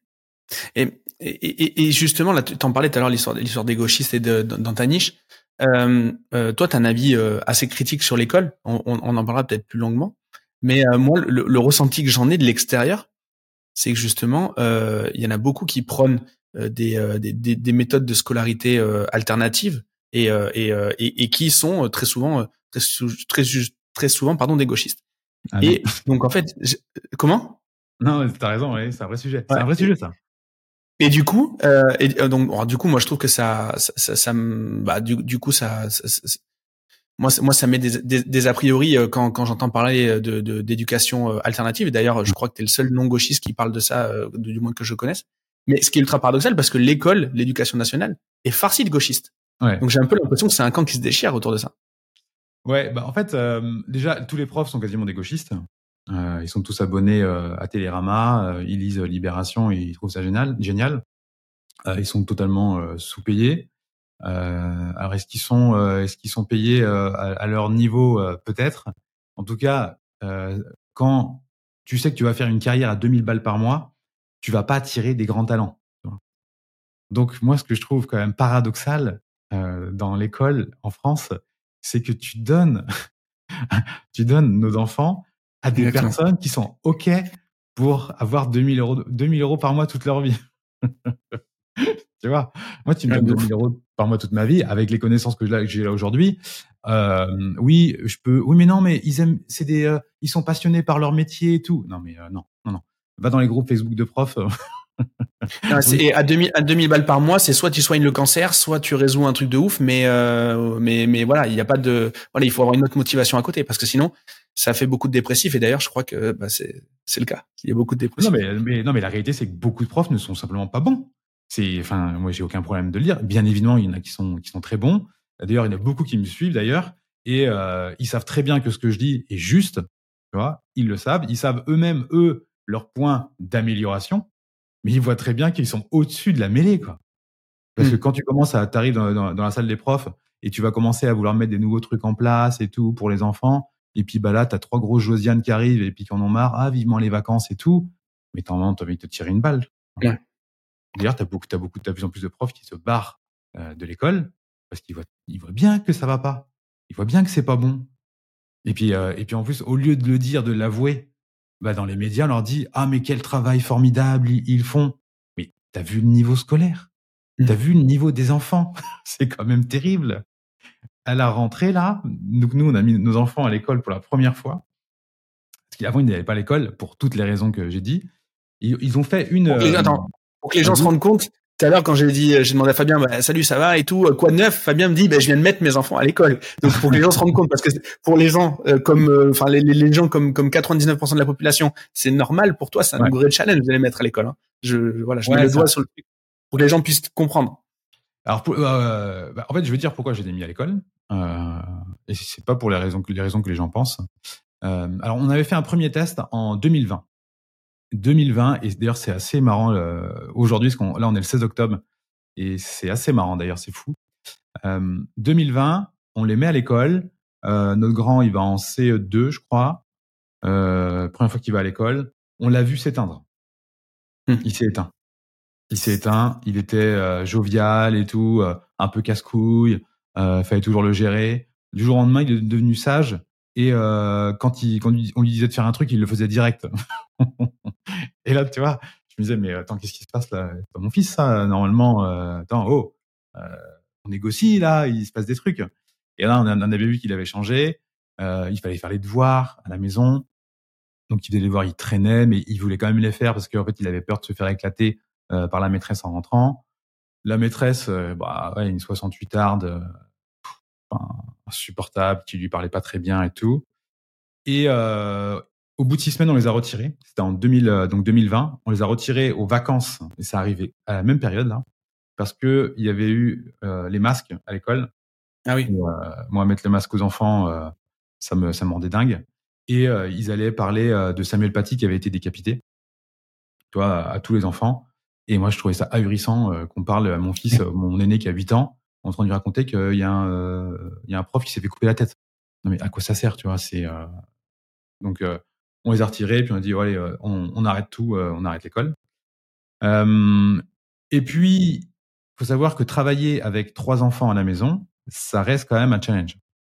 Et, et, et justement, là, tu t'en parlais tout à l'heure, l'histoire, l'histoire des gauchistes et de, dans ta niche. Euh, euh, toi, tu as un avis euh, assez critique sur l'école. On, on, on en parlera peut-être plus longuement. Mais euh, moi, le, le ressenti que j'en ai de l'extérieur, c'est que justement, euh, il y en a beaucoup qui prônent euh, des, euh, des, des, des méthodes de scolarité euh, alternatives et, euh, et, euh, et, et qui sont euh, très souvent, euh, très, très, très souvent, pardon, des gauchistes. Ah oui. Et donc, en fait, je, comment? Non, t'as raison, oui, c'est un vrai sujet. C'est Ouais. un vrai sujet, ça. Et du coup, euh, et, euh, donc, alors, du coup, moi, je trouve que ça, ça, ça, ça me- bah, du, du coup, ça, ça, ça- moi, ça- moi, ça met des, des, des a priori euh, quand, quand j'entends parler de, de, d'éducation euh, alternative. Et d'ailleurs, je crois que t'es le seul non gauchiste qui parle de ça, euh, du moins que je connaisse. Mais ce qui est ultra paradoxal, parce que l'école, l'éducation nationale, est farcie de gauchistes. Ouais. Donc, j'ai un peu l'impression que c'est un camp qui se déchire autour de ça. Ouais, bah en fait, euh, déjà, tous les profs sont quasiment des gauchistes. Euh, ils sont tous abonnés euh, à Télérama, euh, ils lisent Libération et ils trouvent ça génial. génial. Euh, ils sont totalement euh, sous-payés. Euh, alors, est-ce qu'ils sont, euh, est-ce qu'ils sont payés euh, à, à leur niveau euh, peut-être. En tout cas, euh, quand tu sais que tu vas faire une carrière à deux mille balles par mois, tu vas pas attirer des grands talents. Donc, moi, ce que je trouve quand même paradoxal euh, dans l'école en France, c'est que tu donnes tu donnes nos enfants à des Exactement. personnes qui sont OK pour avoir deux mille euros, deux mille euros par mois toute leur vie. Tu vois, moi, tu me Ouais, donnes de deux ouf. mille euros par mois toute ma vie avec les connaissances que j'ai que j'ai là aujourd'hui. Euh, oui, je peux. Oui, mais non, mais ils aiment. C'est des. Euh, ils sont passionnés par leur métier et tout. Non, mais euh, non, non, non. Va dans les groupes Facebook de profs. Non, c'est, Oui. et à deux mille, à deux mille balles par mois, c'est soit tu soignes le cancer, soit tu résous un truc de ouf, mais, euh, mais, mais voilà, il n'y a pas de, voilà, il faut avoir une autre motivation à côté, parce que sinon, ça fait beaucoup de dépressifs, et d'ailleurs, je crois que, bah, c'est, c'est le cas. Il y a beaucoup de Non, dépressifs. mais, mais non, mais la réalité, c'est que beaucoup de profs ne sont simplement pas bons. C'est, enfin, moi, j'ai aucun problème de le dire. Bien évidemment, il y en a qui sont qui sont très bons. D'ailleurs, il y en a beaucoup qui me suivent d'ailleurs, et euh, ils savent très bien que ce que je dis est juste. Tu vois, ils le savent. Ils savent eux-mêmes eux leurs points d'amélioration, mais ils voient très bien qu'ils sont au-dessus de la mêlée, quoi. Parce que Hmm. quand tu commences à t'arrives dans, dans, dans la salle des profs et tu vas commencer à vouloir mettre des nouveaux trucs en place et tout pour les enfants, et puis bah là, t'as trois grosses Josiane qui arrivent et puis qui en ont marre, ah vivement les vacances et tout, mais t'as envie de te tirer une balle. Ouais. D'ailleurs, t'as beaucoup, t'as beaucoup, t'as de plus en plus de profs qui se barrent euh, de l'école parce qu'ils voient, ils voient bien que ça va pas, ils voient bien que c'est pas bon. Et puis, euh, et puis en plus, au lieu de le dire, de l'avouer, bah dans les médias, on leur dit ah mais quel travail formidable ils, ils font. Mais t'as vu le niveau scolaire? T'as Hmm. vu le niveau des enfants? C'est quand même terrible. À la rentrée, là, donc nous, on a mis nos enfants à l'école pour la première fois. Parce qu'avant, ils n'allaient pas à l'école pour toutes les raisons que j'ai dit. Ils, ils ont fait une. Pour que les, Euh, attends, pour que les gens se vas-y. rendent compte, tout à l'heure, quand j'ai dit, j'ai demandé à Fabien, bah, salut, ça va et tout, euh, quoi de neuf? Fabien me dit, bah, je viens de mettre mes enfants à l'école. Donc, pour que les gens se rendent compte, parce que pour les gens, euh, comme, euh, enfin, les, les, les gens comme, comme quatre-vingt-dix-neuf pour cent de la population, c'est normal pour toi, c'est un Ouais. vrai challenge de les mettre à l'école. Hein. Je, voilà, je mets Ouais, le ça. doigt sur le truc pour que les gens puissent comprendre. Alors, pour- euh, bah, en fait, je vais dire pourquoi j'ai mis à l'école. Euh, et c'est pas pour les raisons que les raisons que les gens pensent. Euh, alors, on avait fait un premier test en deux mille vingt. deux mille vingt, et d'ailleurs, c'est assez marrant euh, aujourd'hui, parce qu'on là, on est le seize octobre, et c'est assez marrant d'ailleurs, c'est fou. Euh, deux mille vingt, on les met à l'école. Euh, notre grand, il va en C E deux, je crois. Euh, première fois qu'il va à l'école. On l'a vu s'éteindre. Hmm. Il s'est éteint. Il s'est éteint. Il était euh, jovial et tout, euh, un peu casse-couille. Euh, fallait toujours le gérer. Du jour au lendemain, il est devenu sage. Et euh, quand, il, quand on lui disait de faire un truc, il le faisait direct. Et là, tu vois, je me disais, mais attends, qu'est-ce qui se passe là? C'est pas mon fils, ça, normalement. Euh, attends, oh, euh, on négocie là, il se passe des trucs. Et là, on, a- on avait vu qu'il avait changé. Euh, il fallait faire les devoirs à la maison. Donc, il faisait les devoirs, il traînait, mais il voulait quand même les faire parce qu'en fait, il avait peur de se faire éclater euh, par la maîtresse en rentrant. La maîtresse, euh, bah, ouais, une soixante-huit arde, euh, enfin, insupportable, qui lui parlait pas très bien et tout. Et euh, au bout de six semaines, on les a retirés. C'était en deux mille, euh, donc deux mille vingt. On les a retirés aux vacances, et ça arrivait à la même période là, parce que il y avait eu euh, les masques à l'école. Ah oui. Et, euh, moi, mettre le masque aux enfants, euh, ça me ça me rendait dingue. Et euh, ils allaient parler euh, de Samuel Paty qui avait été décapité, tu vois, à, à tous les enfants. Et moi, je trouvais ça ahurissant euh, qu'on parle à mon fils, euh, mon aîné qui a huit ans, en train de lui raconter qu'il y a un, euh, il y a un prof qui s'est fait couper la tête. Non mais à quoi ça sert, tu vois? C'est euh, donc euh, on les a retirés, puis on a dit ouais, allez, euh, on, on arrête tout, euh, on arrête l'école. Euh, et puis, faut savoir que travailler avec trois enfants à la maison, ça reste quand même un challenge.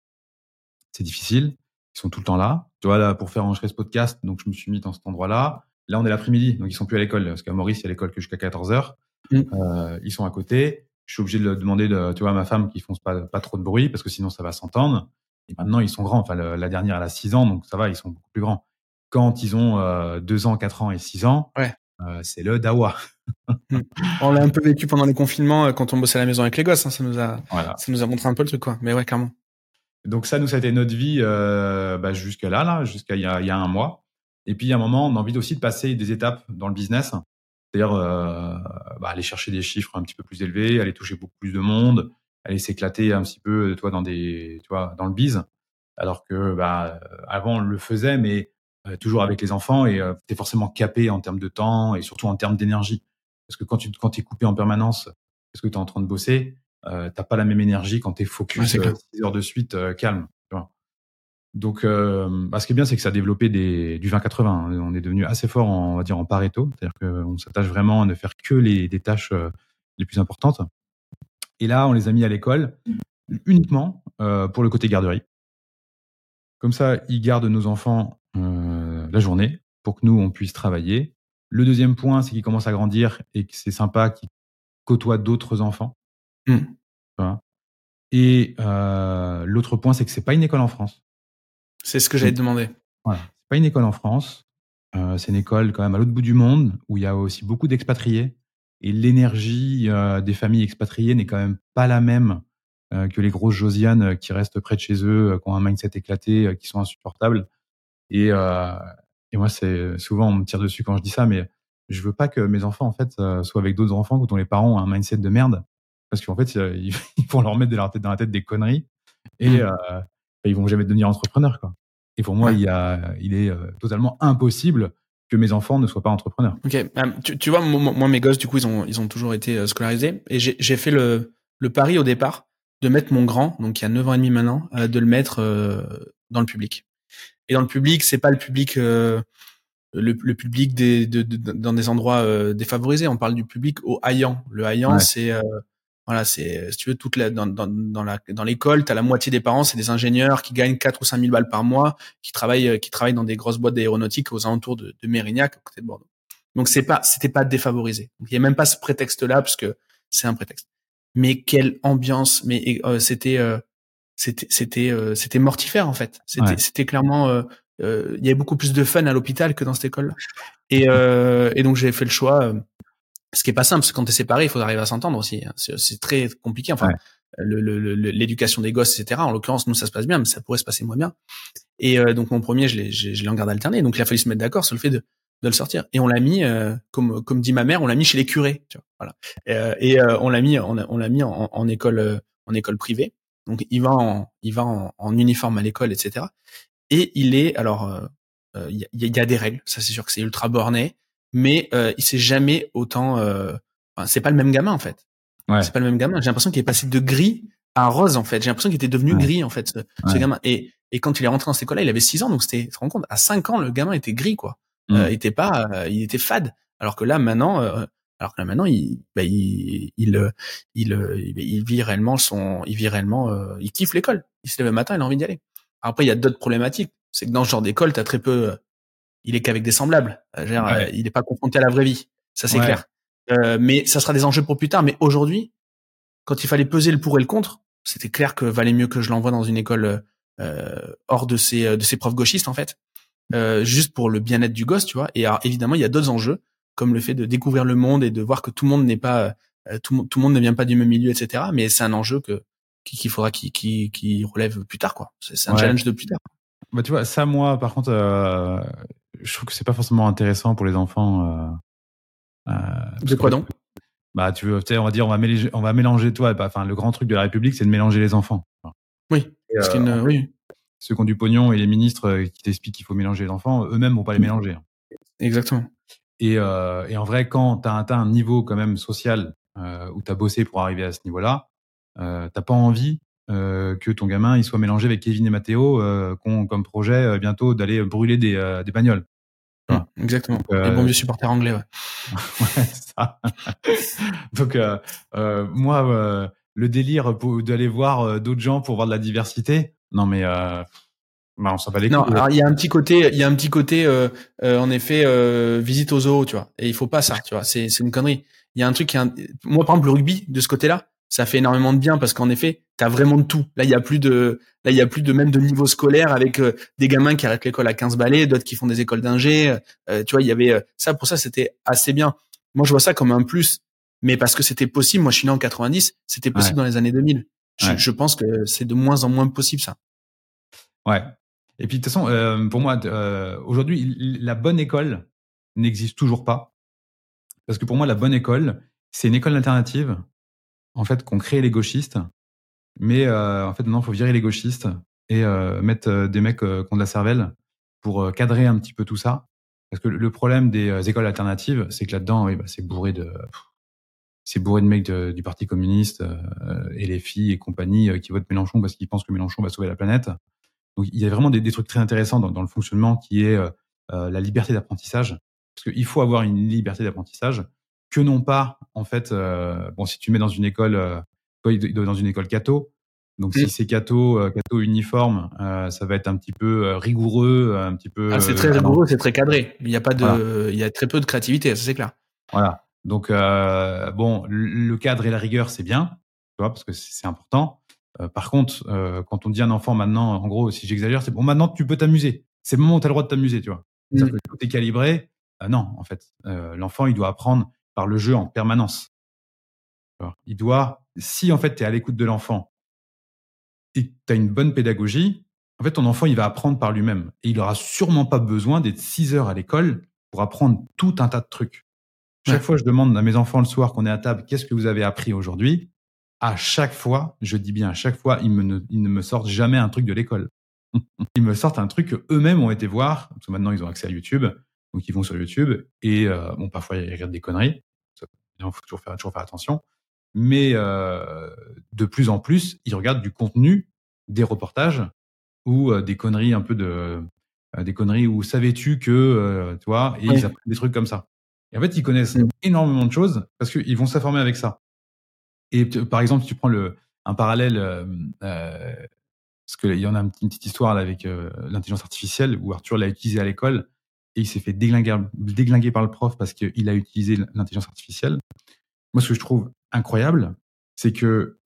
C'est difficile. Ils sont tout le temps là. Tu vois, là, pour faire enregistrer ce podcast, donc je me suis mis dans cet endroit-là. Là, on est l'après-midi, donc ils sont plus à l'école. Parce qu'à Maurice, il y a l'école que jusqu'à quatorze heures. Mm. Euh, ils sont à côté. Je suis obligé de le demander, de, tu vois, à ma femme qu'ils font pas, pas trop de bruit, parce que sinon, ça va s'entendre. Et maintenant, ils sont grands. Enfin, le, la dernière, elle a six ans, donc ça va, ils sont beaucoup plus grands. Quand ils ont euh, deux ans, quatre ans et six ans, Ouais. euh, c'est le dawa. Mm. On l'a un peu vécu pendant les confinements, euh, quand on bossait à la maison avec les gosses. Hein, ça nous a, Voilà. ça nous a montré un peu le truc, quoi. Mais ouais, clairement. Donc ça, nous, ça a été notre vie euh, bah, jusqu'à là, là, jusqu'à il y a, il y a un mois. Et puis, il y a un moment, on a envie aussi de passer des étapes dans le business, c'est-à-dire euh, bah, aller chercher des chiffres un petit peu plus élevés, aller toucher beaucoup plus de monde, aller s'éclater un petit peu, toi, dans des, tu vois, dans le biz. Alors que bah, avant, on le faisait, mais euh, toujours avec les enfants, et euh, t'es forcément capé en termes de temps et surtout en termes d'énergie. Parce que quand tu quand t'es coupé en permanence, parce que tu es en train de bosser, euh, t'as pas la même énergie quand t'es focus Ouais, euh, six heures de suite, euh, calme. Tu vois. Donc, euh, bah, ce qui est bien, c'est que ça a développé des, du vingt quatre-vingts. On est devenu assez fort, en, on va dire, en Pareto. C'est-à-dire qu'on s'attache vraiment à ne faire que les, des tâches euh, les plus importantes. Et là, on les a mis à l'école uniquement euh, pour le côté garderie. Comme ça, ils gardent nos enfants euh, la journée pour que nous, on puisse travailler. Le deuxième point, c'est qu'ils commencent à grandir et que c'est sympa qu'ils côtoient d'autres enfants. Mm. Voilà. Et euh, l'autre point, c'est que c'est pas une école en France. C'est ce que j'allais te demander. Voilà. C'est pas une école en France. Euh, c'est une école quand même à l'autre bout du monde où il y a aussi beaucoup d'expatriés. Et l'énergie euh, des familles expatriées n'est quand même pas la même euh, que les grosses Josianes euh, qui restent près de chez eux, euh, qui ont un mindset éclaté, euh, qui sont insupportables. Et, euh, et moi, c'est souvent on me tire dessus quand je dis ça, mais je veux pas que mes enfants en fait euh, soient avec d'autres enfants dont les parents ont un mindset de merde, parce qu'en fait euh, ils, ils vont leur mettre de leur tête, dans la tête des conneries et Mm. euh, ils vont jamais devenir entrepreneurs quoi. Et pour moi, Ouais. il y a, il est euh, totalement impossible que mes enfants ne soient pas entrepreneurs. Ok. Euh, tu, tu vois, moi, moi, mes gosses, du coup, ils ont, ils ont toujours été euh, scolarisés, et j'ai, j'ai fait le, le pari au départ de mettre mon grand, donc qui a neuf ans et demi maintenant, euh, de le mettre euh, dans le public. Et dans le public, c'est pas le public, euh, le, le public des, de, de- dans des endroits euh, défavorisés. On parle du public au haillant. Le haillant, Ouais. c'est euh, voilà, c'est si tu veux toute la dans dans dans la dans l'école, t'as la moitié des parents, c'est des ingénieurs qui gagnent quatre ou cinq mille balles par mois, qui travaillent euh, qui travaillent dans des grosses boîtes d'aéronautique aux alentours de, de Mérignac, à côté de Bordeaux. Donc c'est pas c'était pas défavorisé. Donc il y a même pas ce prétexte-là parce que c'est un prétexte. Mais quelle ambiance, mais euh, c'était euh, c'était c'était euh, c'était mortifère en fait. C'était Ouais. c'était clairement euh, euh, il y avait beaucoup plus de fun à l'hôpital que dans cette école-là. Et euh, et donc j'ai fait le choix. Euh, ce qui est pas simple, parce que quand t'es séparé, il faut arriver à s'entendre aussi. Hein. C'est, c'est très compliqué. Enfin, Ouais. le, le, le, l'éducation des gosses, et cetera. En l'occurrence, nous, ça se passe bien, mais ça pourrait se passer moins bien. Et euh, donc mon premier, je l'ai, je, je l'ai en garde alternée. Donc il a fallu se mettre d'accord sur le fait de, de le sortir. Et on l'a mis, euh, comme comme dit ma mère, on l'a mis chez les curés. Tu vois, voilà. Euh, et euh, on l'a mis, on, a, on l'a mis en, en école, euh, en école privée. Donc il va en, il va en, en uniforme à l'école, et cetera. Et il est, alors, il euh, euh, y, a, y a des règles. Ça, c'est sûr que c'est ultra borné, mais euh, il s'est jamais autant. Euh, enfin, c'est pas le même gamin en fait. Ouais. C'est pas le même gamin. J'ai l'impression qu'il est passé de gris à rose en fait. J'ai l'impression qu'il était devenu Ouais. gris en fait, ce, ce Ouais. gamin. Et et quand il est rentré dans cette école-là, il avait six ans, donc c'était, tu te rends compte, à cinq ans, le gamin était gris quoi. Mm. Euh, il était pas, euh, il était fade. Alors que là maintenant, euh, alors que là maintenant, il, bah, il, il, il, il, il vit réellement son, il vit réellement, euh, il kiffe l'école. Il se lève le matin, il a envie d'y aller. Après, il y a d'autres problématiques. C'est que dans ce genre d'école, t'as très peu. Euh, il est qu'avec des semblables. Euh, genre, Ouais. euh, il n'est pas confronté à la vraie vie. Ça, c'est Ouais. clair. Euh, mais ça sera des enjeux pour plus tard. Mais aujourd'hui, quand il fallait peser le pour et le contre, c'était clair que valait mieux que je l'envoie dans une école euh, hors de ses de ses profs gauchistes en fait, euh, juste pour le bien-être du gosse, tu vois. Et alors, évidemment, il y a d'autres enjeux comme le fait de découvrir le monde et de voir que tout le monde n'est pas euh, tout, tout le monde ne vient pas du même milieu, et cetera. Mais c'est un enjeu que qu'il faudra qui qui qui relève plus tard quoi. C'est, c'est un Ouais. challenge de plus tard. Bah tu vois, ça moi par contre, euh, je trouve que c'est pas forcément intéressant pour les enfants. Euh, euh, parce De qu'en quoi fait, donc? bah tu veux, tu sais, on va dire, on va mélanger, on va mélanger, toi, bah, enfin le grand truc de la République, c'est de mélanger les enfants. Oui. Et, Parce euh, qu'une en fait, oui. ceux qui ont du pognon et les ministres euh, qui t'expliquent qu'il faut mélanger les enfants, eux-mêmes vont pas les mélanger. Hein. Exactement. Et, euh, et en vrai, quand t'as atteint un niveau quand même social euh, où t'as bossé pour arriver à ce niveau-là, euh, t'as pas envie euh, que ton gamin il soit mélangé avec Kevin et Mathéo, euh, qui ont comme projet euh, bientôt d'aller brûler des, euh, des bagnoles. Mm. Exactement. Donc, euh, les bons vieux supporters anglais, ouais. ouais, ça. Donc euh, euh, moi, euh, le délire pour d'aller voir euh, d'autres gens pour voir de la diversité, non mais euh, bah, on s'en bat les Non, couilles. alors il y a un petit côté, il y a un petit côté, euh, euh, en effet, euh, visite aux zoos, tu vois. Et il faut pas ça, tu vois. C'est, c'est une connerie. Il y a un truc qui, est un... moi par exemple le rugby de ce côté-là, ça fait énormément de bien parce qu'en effet, t'as vraiment de tout. Là, il y a plus de, là il y a plus de même de niveau scolaire avec euh, des gamins qui arrêtent l'école à quinze balais, d'autres qui font des écoles d'ingé. Euh, tu vois, il y avait euh, ça. Pour ça, c'était assez bien. Moi, je vois ça comme un plus, mais parce que c'était possible. Moi, je suis né en quatre-vingt-dix, c'était Ouais, possible dans les années deux mille. Je, ouais, je pense que c'est de moins en moins possible ça. ouais. Et puis de toute façon, euh, pour moi, euh, aujourd'hui, il- la bonne école n'existe toujours pas. Parce que pour moi, la bonne école, c'est une école alternative, en fait, qu'ont créé les gauchistes. Mais euh, en fait, maintenant, il faut virer les gauchistes et euh, mettre euh, des mecs euh, qui ont de la cervelle pour euh, cadrer un petit peu tout ça. Parce que le problème des euh, écoles alternatives, c'est que là-dedans, oui, bah, c'est bourré de, c'est bourré de mecs de- du Parti communiste euh, et les filles et compagnie euh, qui votent Mélenchon parce qu'ils pensent que Mélenchon va sauver la planète. Donc, il y a vraiment des, des trucs très intéressants dans, dans le fonctionnement qui est euh, euh, la liberté d'apprentissage. Parce qu'il faut avoir une liberté d'apprentissage que non pas, en fait, euh, bon, si tu mets dans une école, euh, dans une école catho, donc si c'est catho, euh, catho uniforme, euh, ça va être un petit peu euh, rigoureux, un petit peu. Ah, c'est très Euh, allant- rigoureux, c'est très cadré. Il y a pas voilà, de, il y a très peu de créativité, ça c'est clair. voilà. Donc euh, bon, le cadre et la rigueur, c'est bien, tu vois, parce que c'est c'est important. Euh, par contre, euh, quand on dit à un enfant maintenant, en gros, si j'exagère, c'est bon, maintenant tu peux t'amuser. C'est le moment où tu as le droit de t'amuser, tu vois. C'est-à-dire Mm. que tout est calibré. Euh, non, en fait, euh, l'enfant, il doit apprendre par le jeu en permanence. Tu vois. Il doit, si en fait tu es à l'écoute de l'enfant et que tu as une bonne pédagogie, en fait, ton enfant, il va apprendre par lui-même. Et il aura sûrement pas besoin d'être six heures à l'école pour apprendre tout un tas de trucs. Chaque Ouais. fois, je demande à mes enfants le soir qu'on est à table, qu'est-ce que vous avez appris aujourd'hui? À chaque fois, je dis bien à chaque fois, ils, me ne, ils ne me sortent jamais un truc de l'école. Ils me sortent un truc qu'eux-mêmes ont été voir, parce que maintenant ils ont accès à YouTube, donc ils vont sur YouTube, et euh, bon, parfois ils regardent des conneries, il faut toujours faire, toujours faire attention, mais euh, de plus en plus, ils regardent du contenu, des reportages, ou euh, des conneries un peu de... euh, des conneries où savais-tu que, euh, tu vois, et ils Ouais. apprennent des trucs comme ça. Et en fait, ils connaissent Mm. énormément de choses parce qu'ils vont s'informer avec ça. Et t- par exemple, si tu prends le, un parallèle, euh, euh, parce qu'il y en a une petite histoire là, avec euh, l'intelligence artificielle où Arthur l'a utilisé à l'école et il s'est fait déglinguer, déglinguer par le prof parce qu'il a utilisé l'intelligence artificielle. Moi, ce que je trouve incroyable, c'est que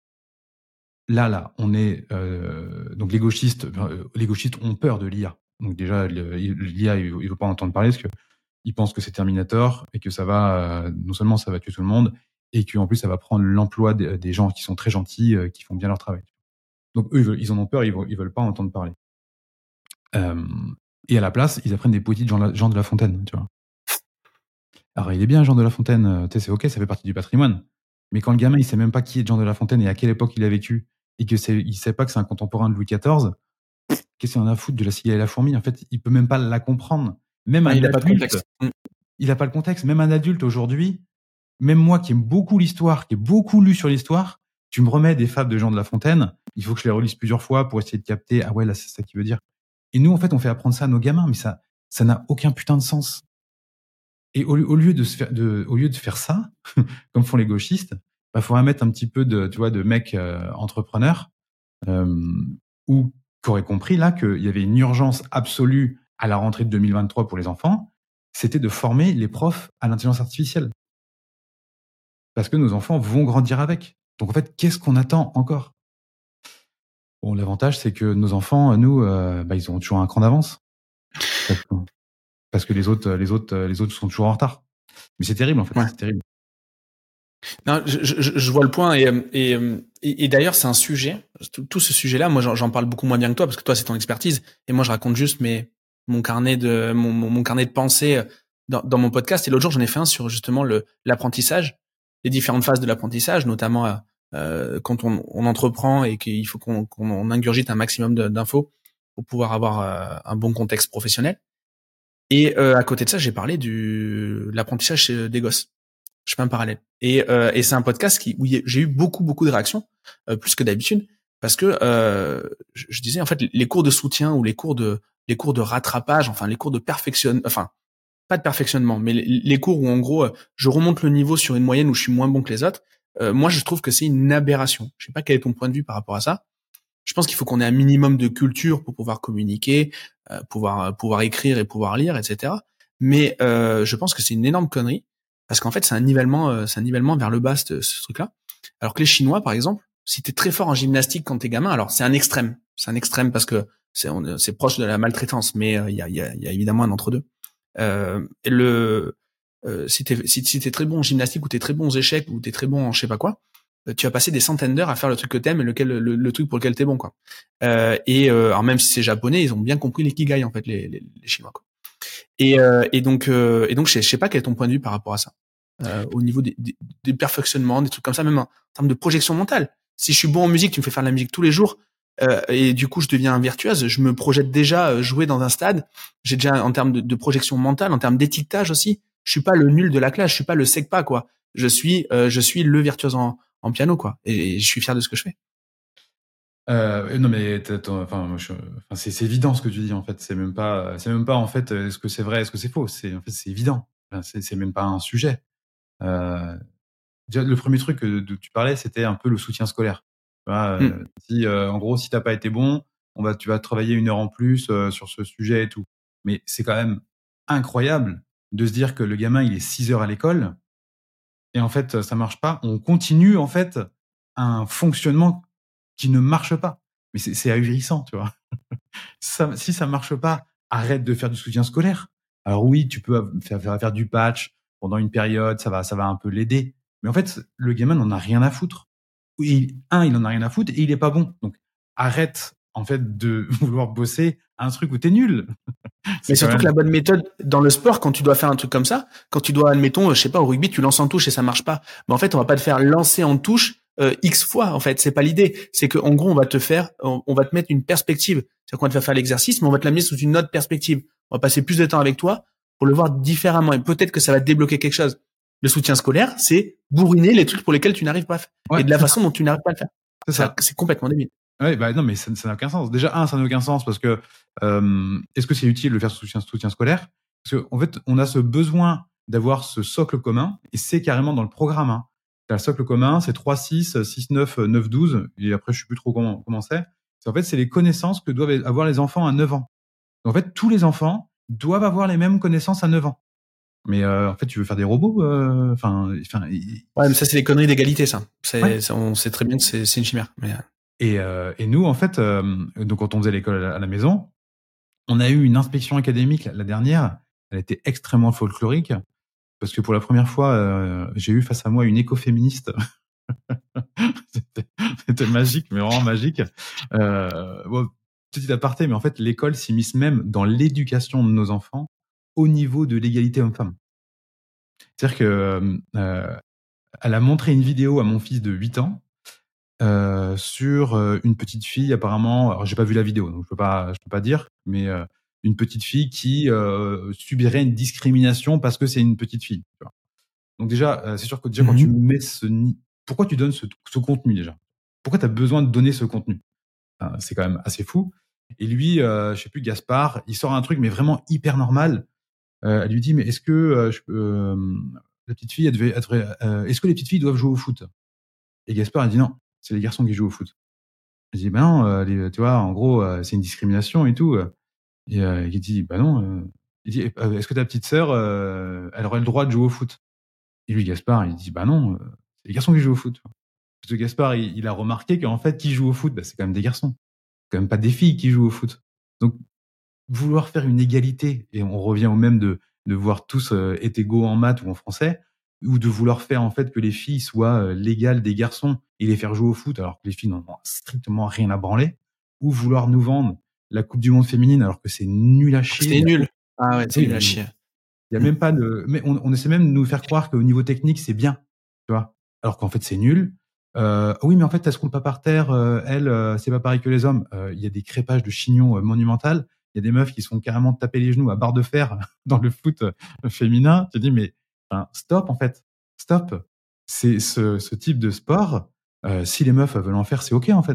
là, là, on est euh, donc les gauchistes, euh, les gauchistes ont peur de l'I A. Donc déjà, l'I A, il ne veut pas en entendre parler parce que il pense que c'est Terminator et que ça va, euh, non seulement ça va tuer tout le monde, et qu'en plus ça va prendre l'emploi des, des gens qui sont très gentils, euh, qui font bien leur travail. Donc eux, ils, veulent, ils en ont peur, ils, veulent, ils veulent pas en entendre parler. Euh, et à la place, ils apprennent des poésies de Jean, Jean de La Fontaine, tu vois. Alors il est bien Jean de La Fontaine, euh, tu sais, c'est ok, ça fait partie du patrimoine. Mais quand le gamin, il sait même pas qui est Jean de La Fontaine et à quelle époque il a vécu, et que c'est, il sait pas que c'est un contemporain de Louis quatorze, qu'est-ce qu'il en a à foutre de la cigale et la fourmi? En fait, il peut même pas la comprendre. Même Ouais, un il a pas de adulte, contexte. Mm. il a pas le contexte. Même un adulte aujourd'hui, même moi qui aime beaucoup l'histoire, qui ai beaucoup lu sur l'histoire, tu me remets des fables de Jean de La Fontaine, il faut que je les relise plusieurs fois pour essayer de capter, ah ouais, là, c'est ça qu'il veut dire. Et nous, en fait, on fait apprendre ça à nos gamins, mais ça, ça n'a aucun putain de sens. Et au, au lieu de se faire, de, au lieu de faire ça, comme font les gauchistes, bah, faudrait mettre un petit peu de, tu vois, de mecs euh, entrepreneurs, euh, ou qui auraient compris là qu'il y avait une urgence absolue à la rentrée de deux mille vingt-trois pour les enfants, c'était de former les profs à l'intelligence artificielle. Parce que nos enfants vont grandir avec. Donc en fait, qu'est-ce qu'on attend encore? Bon, l'avantage, c'est que nos enfants, nous, euh, bah, ils ont toujours un cran d'avance. Parce que, parce que les autres, les autres, les autres sont toujours en retard. Mais c'est terrible, en fait. Ouais. C'est terrible. Non, je, je, je vois le point et et, et, et d'ailleurs c'est un sujet. Tout, tout ce sujet-là, moi j'en, j'en parle beaucoup moins bien que toi parce que toi c'est ton expertise et moi je raconte juste mes mon carnet de mon, mon, mon carnet de pensée dans, dans mon podcast. Et l'autre jour j'en ai fait un sur justement le l'apprentissage, les différentes phases de l'apprentissage, notamment euh, quand on, on entreprend et qu'il faut qu'on, qu'on ingurgite un maximum de, d'infos pour pouvoir avoir euh, un bon contexte professionnel. Et euh, à côté de ça, j'ai parlé du l'apprentissage chez des gosses. Je fais un parallèle. Et, euh, et c'est un podcast qui, où j'ai eu beaucoup, beaucoup de réactions, euh, plus que d'habitude, parce que euh, je, je disais en fait les cours de soutien ou les cours de les cours de rattrapage, enfin les cours de perfection, enfin pas de perfectionnement, mais les, les cours où en gros je remonte le niveau sur une moyenne où je suis moins bon que les autres, euh, moi je trouve que c'est une aberration. Je sais pas quel est ton point de vue par rapport à ça. Je pense qu'il faut qu'on ait un minimum de culture pour pouvoir communiquer, euh, pouvoir pouvoir écrire et pouvoir lire, et cetera. Mais euh, je pense que c'est une énorme connerie parce qu'en fait c'est un nivellement, euh, c'est un nivellement vers le bas ce, ce truc-là. Alors que les Chinois, par exemple, si t'es très fort en gymnastique quand t'es gamin, alors c'est un extrême, c'est un extrême parce que c'est on, c'est proche de la maltraitance, mais il euh, y a il y a, y a évidemment un entre deux. Euh, et le euh, si t'es si, si t'es très bon en gymnastique ou t'es très bon aux échecs ou t'es très bon en je sais pas quoi, tu vas passer des centaines d'heures à faire le truc que t'aimes et lequel le, le truc pour lequel t'es bon quoi. Euh, et euh, alors même si c'est japonais, ils ont bien compris l'ikigai en fait les, les, les Chinois quoi. Et, euh, et donc euh, et donc je sais, je sais pas quel est ton point de vue par rapport à ça. Euh, au niveau des, des, des perfectionnements, des trucs comme ça, même en, en termes de projection mentale. Si je suis bon en musique, tu me fais faire de la musique tous les jours, euh, et du coup je deviens un virtuose, je me projette déjà jouer dans un stade. J'ai déjà en termes de, de projection mentale, en termes d'étiquetage aussi. Je suis pas le nul de la classe, je suis pas le sec pas quoi. Je suis euh, je suis le virtuose en, en piano quoi, et, et je suis fier de ce que je fais. Euh, non mais enfin, je, enfin c'est, c'est évident ce que tu dis en fait. C'est même pas, c'est même pas en fait. Est-ce que c'est vrai, est-ce que c'est faux? C'est en fait c'est évident. Enfin, c'est, c'est même pas un sujet. Euh, déjà le premier truc dont tu parlais, c'était un peu le soutien scolaire. Tu vois, euh, mm. Si euh, en gros si t'as pas été bon, on va tu vas travailler une heure en plus euh, sur ce sujet et tout. Mais c'est quand même incroyable de se dire que le gamin il est six heures à l'école et en fait ça marche pas. On continue en fait un fonctionnement qui ne marche pas. Mais c'est, c'est ahurissant, tu vois. Ça, si ça marche pas, arrête de faire du soutien scolaire. Alors oui, tu peux faire, faire, faire du patch pendant une période, ça va, ça va un peu l'aider. Mais en fait, le gamin n'en a rien à foutre. Il, un, il en a rien à foutre et il est pas bon. Donc arrête en fait de vouloir bosser un truc où t'es nul. Mais surtout même... que la bonne méthode dans le sport, quand tu dois faire un truc comme ça, quand tu dois, admettons, je sais pas, au rugby, tu lances en touche et ça marche pas. Mais en fait, on va pas te faire lancer en touche euh, X fois. En fait, c'est pas l'idée. C'est que en gros, on va te faire, on, on va te mettre une perspective. C'est-à-dire qu'on va te faire faire l'exercice, mais on va te l'amener sous une autre perspective. On va passer plus de temps avec toi pour le voir différemment. Et peut-être que ça va te débloquer quelque chose. Le soutien scolaire, c'est bourriner les trucs pour lesquels tu n'arrives pas à faire. Ouais, et de la façon ça. dont tu n'arrives pas à le faire. C'est ça. C'est complètement débile. Ouais, bah non, mais ça, ça n'a aucun sens. Déjà, un, ça n'a aucun sens parce que euh, est-ce que c'est utile de faire ce soutien, soutien scolaire? Parce qu'en fait, on a ce besoin d'avoir ce socle commun et c'est carrément dans le programme. Hein. Le socle commun, c'est trois, six, six, neuf, neuf, douze. Et après, je sais plus trop comment, comment c'est. c'est. En fait, c'est les connaissances que doivent avoir les enfants à neuf ans. En fait, tous les enfants doivent avoir les mêmes connaissances à neuf ans. Mais euh, en fait, tu veux faire des robots? Enfin, euh, enfin. Ouais, mais ça, c'est les conneries d'égalité, ça. C'est, ouais. ça on sait très bien que c'est, c'est une chimère. Mais... Et, euh, et nous, en fait, euh, donc quand on faisait l'école à la maison, on a eu une inspection académique la dernière. Elle était extrêmement folklorique parce que pour la première fois, euh, j'ai eu face à moi une écoféministe. c'était, c'était magique, mais vraiment magique. Euh, bon, petit aparté, mais en fait, l'école s'immisce même dans l'éducation de nos enfants au niveau de l'égalité homme-femme. C'est-à-dire que euh, elle a montré une vidéo à mon fils de huit ans. Euh, sur euh, une petite fille apparemment, alors j'ai pas vu la vidéo donc je peux pas je peux pas dire, mais euh, une petite fille qui euh, subirait une discrimination parce que c'est une petite fille, tu vois. Donc déjà euh, c'est sûr que déjà mm-hmm. quand tu mets ce pourquoi tu donnes ce, ce contenu déjà, pourquoi tu as besoin de donner ce contenu, enfin, c'est quand même assez fou. Et lui euh, je sais plus, Gaspard, il sort un truc mais vraiment hyper normal. Euh, elle lui dit mais est-ce que euh, je, euh, la petite fille elle devait être euh, est-ce que les petites filles doivent jouer au foot? Et Gaspard a dit non, c'est les garçons qui jouent au foot. Je dis ben non, euh, les, tu vois, en gros, euh, c'est une discrimination et tout. Et euh, il dit ben non. Euh, il dit est-ce que ta petite sœur, euh, elle aurait le droit de jouer au foot? Et lui, Gaspard, il dit ben non, euh, c'est les garçons qui jouent au foot. Parce que Gaspard, il, il a remarqué qu'en fait, qui joue au foot, bah, c'est quand même des garçons, c'est quand même pas des filles qui jouent au foot. Donc vouloir faire une égalité, et on revient au même de de voir tous euh, être égaux en maths ou en français, ou de vouloir faire en fait que les filles soient l'égale des garçons et les faire jouer au foot alors que les filles n'en ont strictement rien à branler, ou vouloir nous vendre la Coupe du Monde féminine alors que c'est nul à chier. C'est nul. Ah ouais, c'est oui, nul à chier. Il y a même pas de, mais on, on essaie même de nous faire croire qu'au niveau technique c'est bien, tu vois, alors qu'en fait c'est nul. Euh, oui, mais en fait, elle se roule pas par terre. Euh, elle, euh, c'est pas pareil que les hommes. Il euh, y a des crépages de chignons euh, monumentales. Il y a des meufs qui se font carrément taper les genoux à barre de fer dans le foot euh, féminin. Tu te dis mais enfin, stop en fait, stop. C'est ce, ce type de sport. Euh, si les meufs veulent en faire, c'est ok en fait.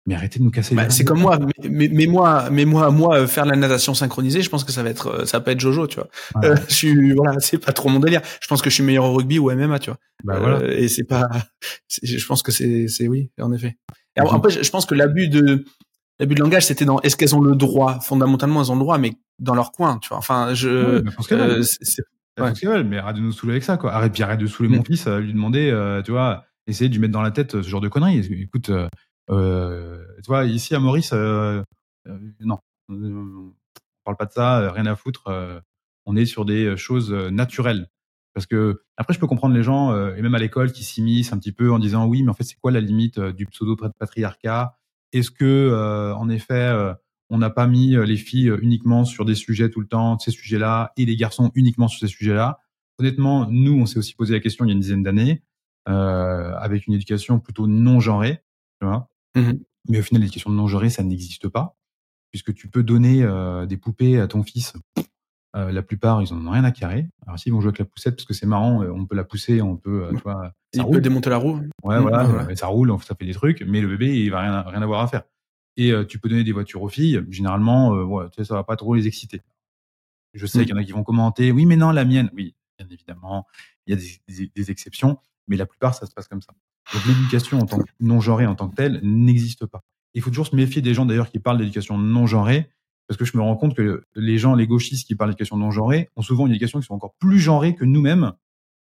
Mais arrêtez de nous casser les Bah, c'est comme moi, mais, mais, mais moi, mais moi, moi, euh, faire la natation synchronisée, je pense que ça va être, euh, ça va pas être Jojo, tu vois. Ouais. Euh, je suis, voilà, c'est pas trop mon délire. Je pense que je suis meilleur au rugby ou M M A, tu vois. Bah Euh, voilà. et c'est pas, c'est- je pense que c'est, c'est oui, en effet. Et Donc, après, je je pense que l'abus de, l'abus de langage, c'était dans, est-ce qu'elles ont le droit? Fondamentalement, elles ont le droit, mais dans leur coin, tu vois. Enfin, ouais, je, bah, faut ce qu'elles veulent. euh, c'est, c'est- Elles ouais. font ce qu'elles veulent, mais arrête de nous saouler avec ça, quoi. Arrête, puis arrête de saouler Mm. mon fils, à lui demander, euh, tu vois, essayer de lui mettre dans la tête ce genre de conneries. Écoute, euh, euh, tu vois, ici à Maurice, euh, euh, non, Euh, on parle pas de ça, euh, rien à foutre. euh, on est sur des choses euh, naturelles. Parce que après, je peux comprendre les gens, euh, et même à l'école, qui s'immiscent un petit peu en disant oui, mais en fait, c'est quoi la limite euh, du pseudo-patriarcat? Est-ce que, euh, en effet, euh, on n'a pas mis euh, les filles euh, uniquement sur des sujets tout le temps, de ces sujets-là, et les garçons uniquement sur ces sujets-là? Honnêtement, nous, on s'est aussi posé la question il y a une dizaine d'années, euh, avec une éducation plutôt non genrée, tu vois. Mhm. Mais au final, l'éducation non genrée, ça n'existe pas, puisque tu peux donner euh, des poupées à ton fils. Euh, la plupart, ils en ont rien à carrer. Alors s'ils vont jouer avec la poussette, parce que c'est marrant, euh, on peut la pousser, on peut, euh, tu vois, ça Il peut roule. démonter la roue. Ouais, Mm, voilà, ouais, voilà. euh, ça roule, ça fait des trucs, mais le bébé, il va rien, rien avoir à faire. Et euh, tu peux donner des voitures aux filles, généralement, euh, ouais, tu sais, ça va pas trop les exciter. Je sais Mm. qu'il y en a qui vont commenter, oui, mais non, la mienne. Oui, bien évidemment, il y a des, des- des exceptions, mais la plupart, ça se passe comme ça. Donc l'éducation en tant que non genrée en tant que telle n'existe pas. Il faut toujours se méfier des gens d'ailleurs qui parlent d'éducation non genrée, parce que je me rends compte que les gens, les gauchistes qui parlent d'éducation non genrée, ont souvent une éducation qui sont encore plus genrées que nous-mêmes,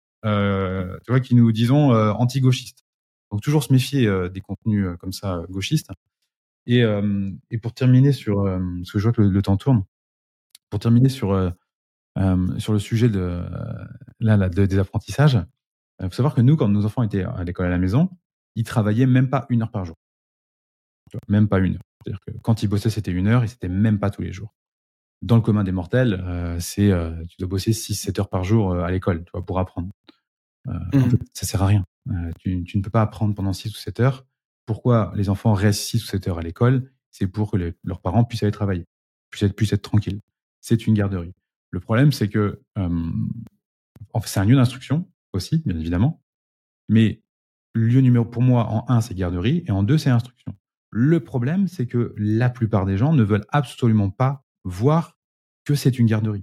euh, tu vois, qui nous disons euh, anti-gauchistes. Donc toujours se méfier euh, des contenus euh, comme ça euh, gauchistes. Et, euh, et pour terminer sur, euh, parce que je vois que le, le temps tourne, pour terminer sur euh, euh, sur le sujet de euh, là, là de- des apprentissages, il faut savoir que nous, quand nos enfants étaient à l'école à la maison, ils travaillaient même pas une heure par jour, tu vois, même pas une heure. C'est-à-dire que quand ils bossaient, c'était une heure, et c'était même pas tous les jours. Dans le commun des mortels, euh, c'est euh, tu dois bosser six sept heures par jour euh, à l'école, tu vois, pour apprendre. Euh, en fait, Mm. ça sert à rien. Euh, tu, tu ne peux pas apprendre pendant six ou sept heures. Pourquoi les enfants restent six ou sept heures à l'école? C'est pour que les- leurs parents puissent aller travailler, puissent être, puissent être tranquilles. C'est une garderie. Le problème, c'est que euh, en fait, c'est un lieu d'instruction aussi, bien évidemment, mais le lieu numéro pour moi, en un, c'est garderie, et en deux, c'est instruction. Le problème, c'est que la plupart des gens ne veulent absolument pas voir que c'est une garderie.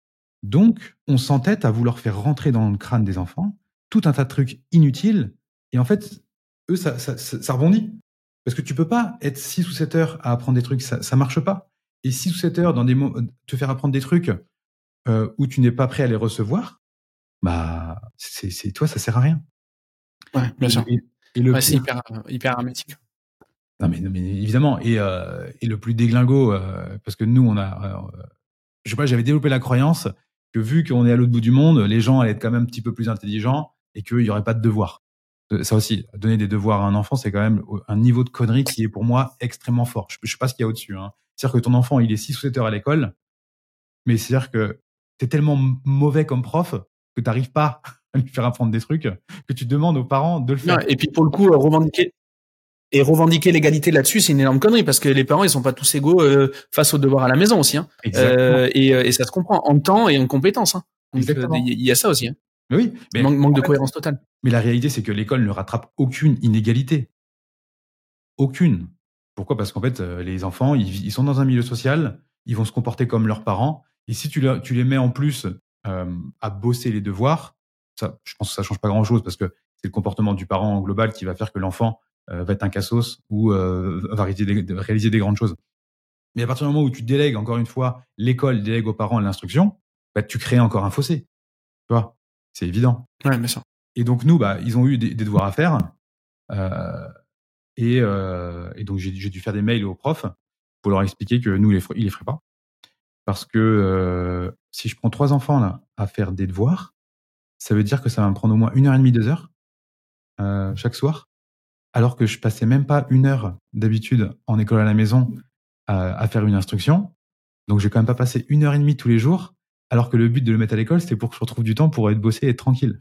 Donc, on s'entête à vouloir faire rentrer dans le crâne des enfants tout un tas de trucs inutiles. Et en fait, eux, ça, ça, ça, ça rebondit. Parce que tu peux pas être six ou sept heures à apprendre des trucs, ça, ça marche pas. Et six ou sept heures dans des mo- te faire apprendre des trucs euh, où tu n'es pas prêt à les recevoir, bah, c'est, c'est, toi, ça sert à rien. Ouais, bien sûr. Et, et, et le Ouais, c'est pire, hyper, euh, hyper hermétique. non mais, non, mais évidemment, et, euh, et le plus déglingo, euh, parce que nous, on a, euh, je sais pas, j'avais développé la croyance que vu qu'on est à l'autre bout du monde, les gens allaient être quand même un petit peu plus intelligents et qu'il y aurait pas de devoirs. Euh, Ça aussi, donner des devoirs à un enfant, c'est quand même un niveau de connerie qui est pour moi extrêmement fort. Je, je sais pas ce qu'il y a au-dessus, hein. C'est-à-dire que ton enfant, il est six ou sept heures à l'école, mais c'est-à-dire que t'es tellement m- mauvais comme prof que t'arrives pas à lui faire apprendre des trucs que tu demandes aux parents de le Non, faire. et puis pour le coup, euh, revendiquer et revendiquer l'égalité là-dessus, c'est une énorme connerie parce que les parents, ils sont pas tous égaux euh, face aux devoirs à la maison aussi, hein. Exactement. Euh, et, euh, et ça se comprend en temps et en compétences, hein. Donc il euh, Exactement. y, y a ça aussi, hein. Mais oui, mais Manque, manque en de fait, cohérence totale. mais la réalité, c'est que l'école ne rattrape aucune inégalité. Aucune. Pourquoi? Parce qu'en fait, euh, les enfants, ils, ils sont dans un milieu social, ils vont se comporter comme leurs parents. Et si tu, le- tu les mets en plus euh, à bosser les devoirs, ça, je pense que ça change pas grand-chose parce que c'est le comportement du parent en global qui va faire que l'enfant euh, va être un cassos ou euh, va réaliser des, réaliser des grandes choses. Mais à partir du moment où tu délègues, encore une fois, l'école délègue aux parents l'instruction, bah, tu crées encore un fossé. Tu vois? C'est évident. Ouais, bien sûr. Et donc nous, bah, ils ont eu des, des devoirs à faire. Euh, Et, euh, et donc, j'ai j'ai dû faire des mails aux profs pour leur expliquer que nous, ils les, fer- ils les feraient pas. Parce que euh, si je prends trois enfants là à faire des devoirs, ça veut dire que ça va me prendre au moins une heure et demie, deux heures euh, chaque soir, alors que je passais même pas une heure d'habitude en école à la maison à, à faire une instruction. Donc, j'ai quand même pas passé une heure et demie tous les jours, alors que le but de le mettre à l'école, c'était pour que je retrouve du temps pour être bossé et être tranquille.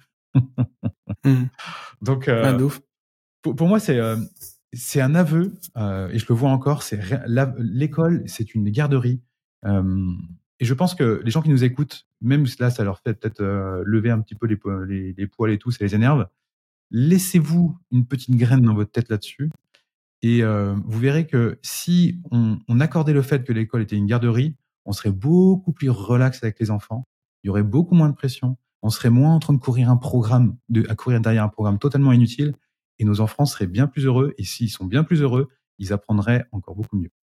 Mmh. Donc, Ouais, euh, de ouf. Pour, pour moi, c'est euh, c'est un aveu, euh, et je le vois encore. C'est ré- la- l'école, c'est une garderie, euh, et je pense que les gens qui nous écoutent, même si là, ça leur fait peut-être euh, lever un petit peu les, po- les, les poils et tout, ça les énerve. Laissez-vous une petite graine dans votre tête là-dessus. Et euh, vous verrez que si on, on accordait le fait que l'école était une garderie, on serait beaucoup plus relax avec les enfants. Il y aurait beaucoup moins de pression. On serait moins en train de courir un programme, de, à courir derrière un programme totalement inutile. Et nos enfants seraient bien plus heureux. Et s'ils sont bien plus heureux, ils apprendraient encore beaucoup mieux.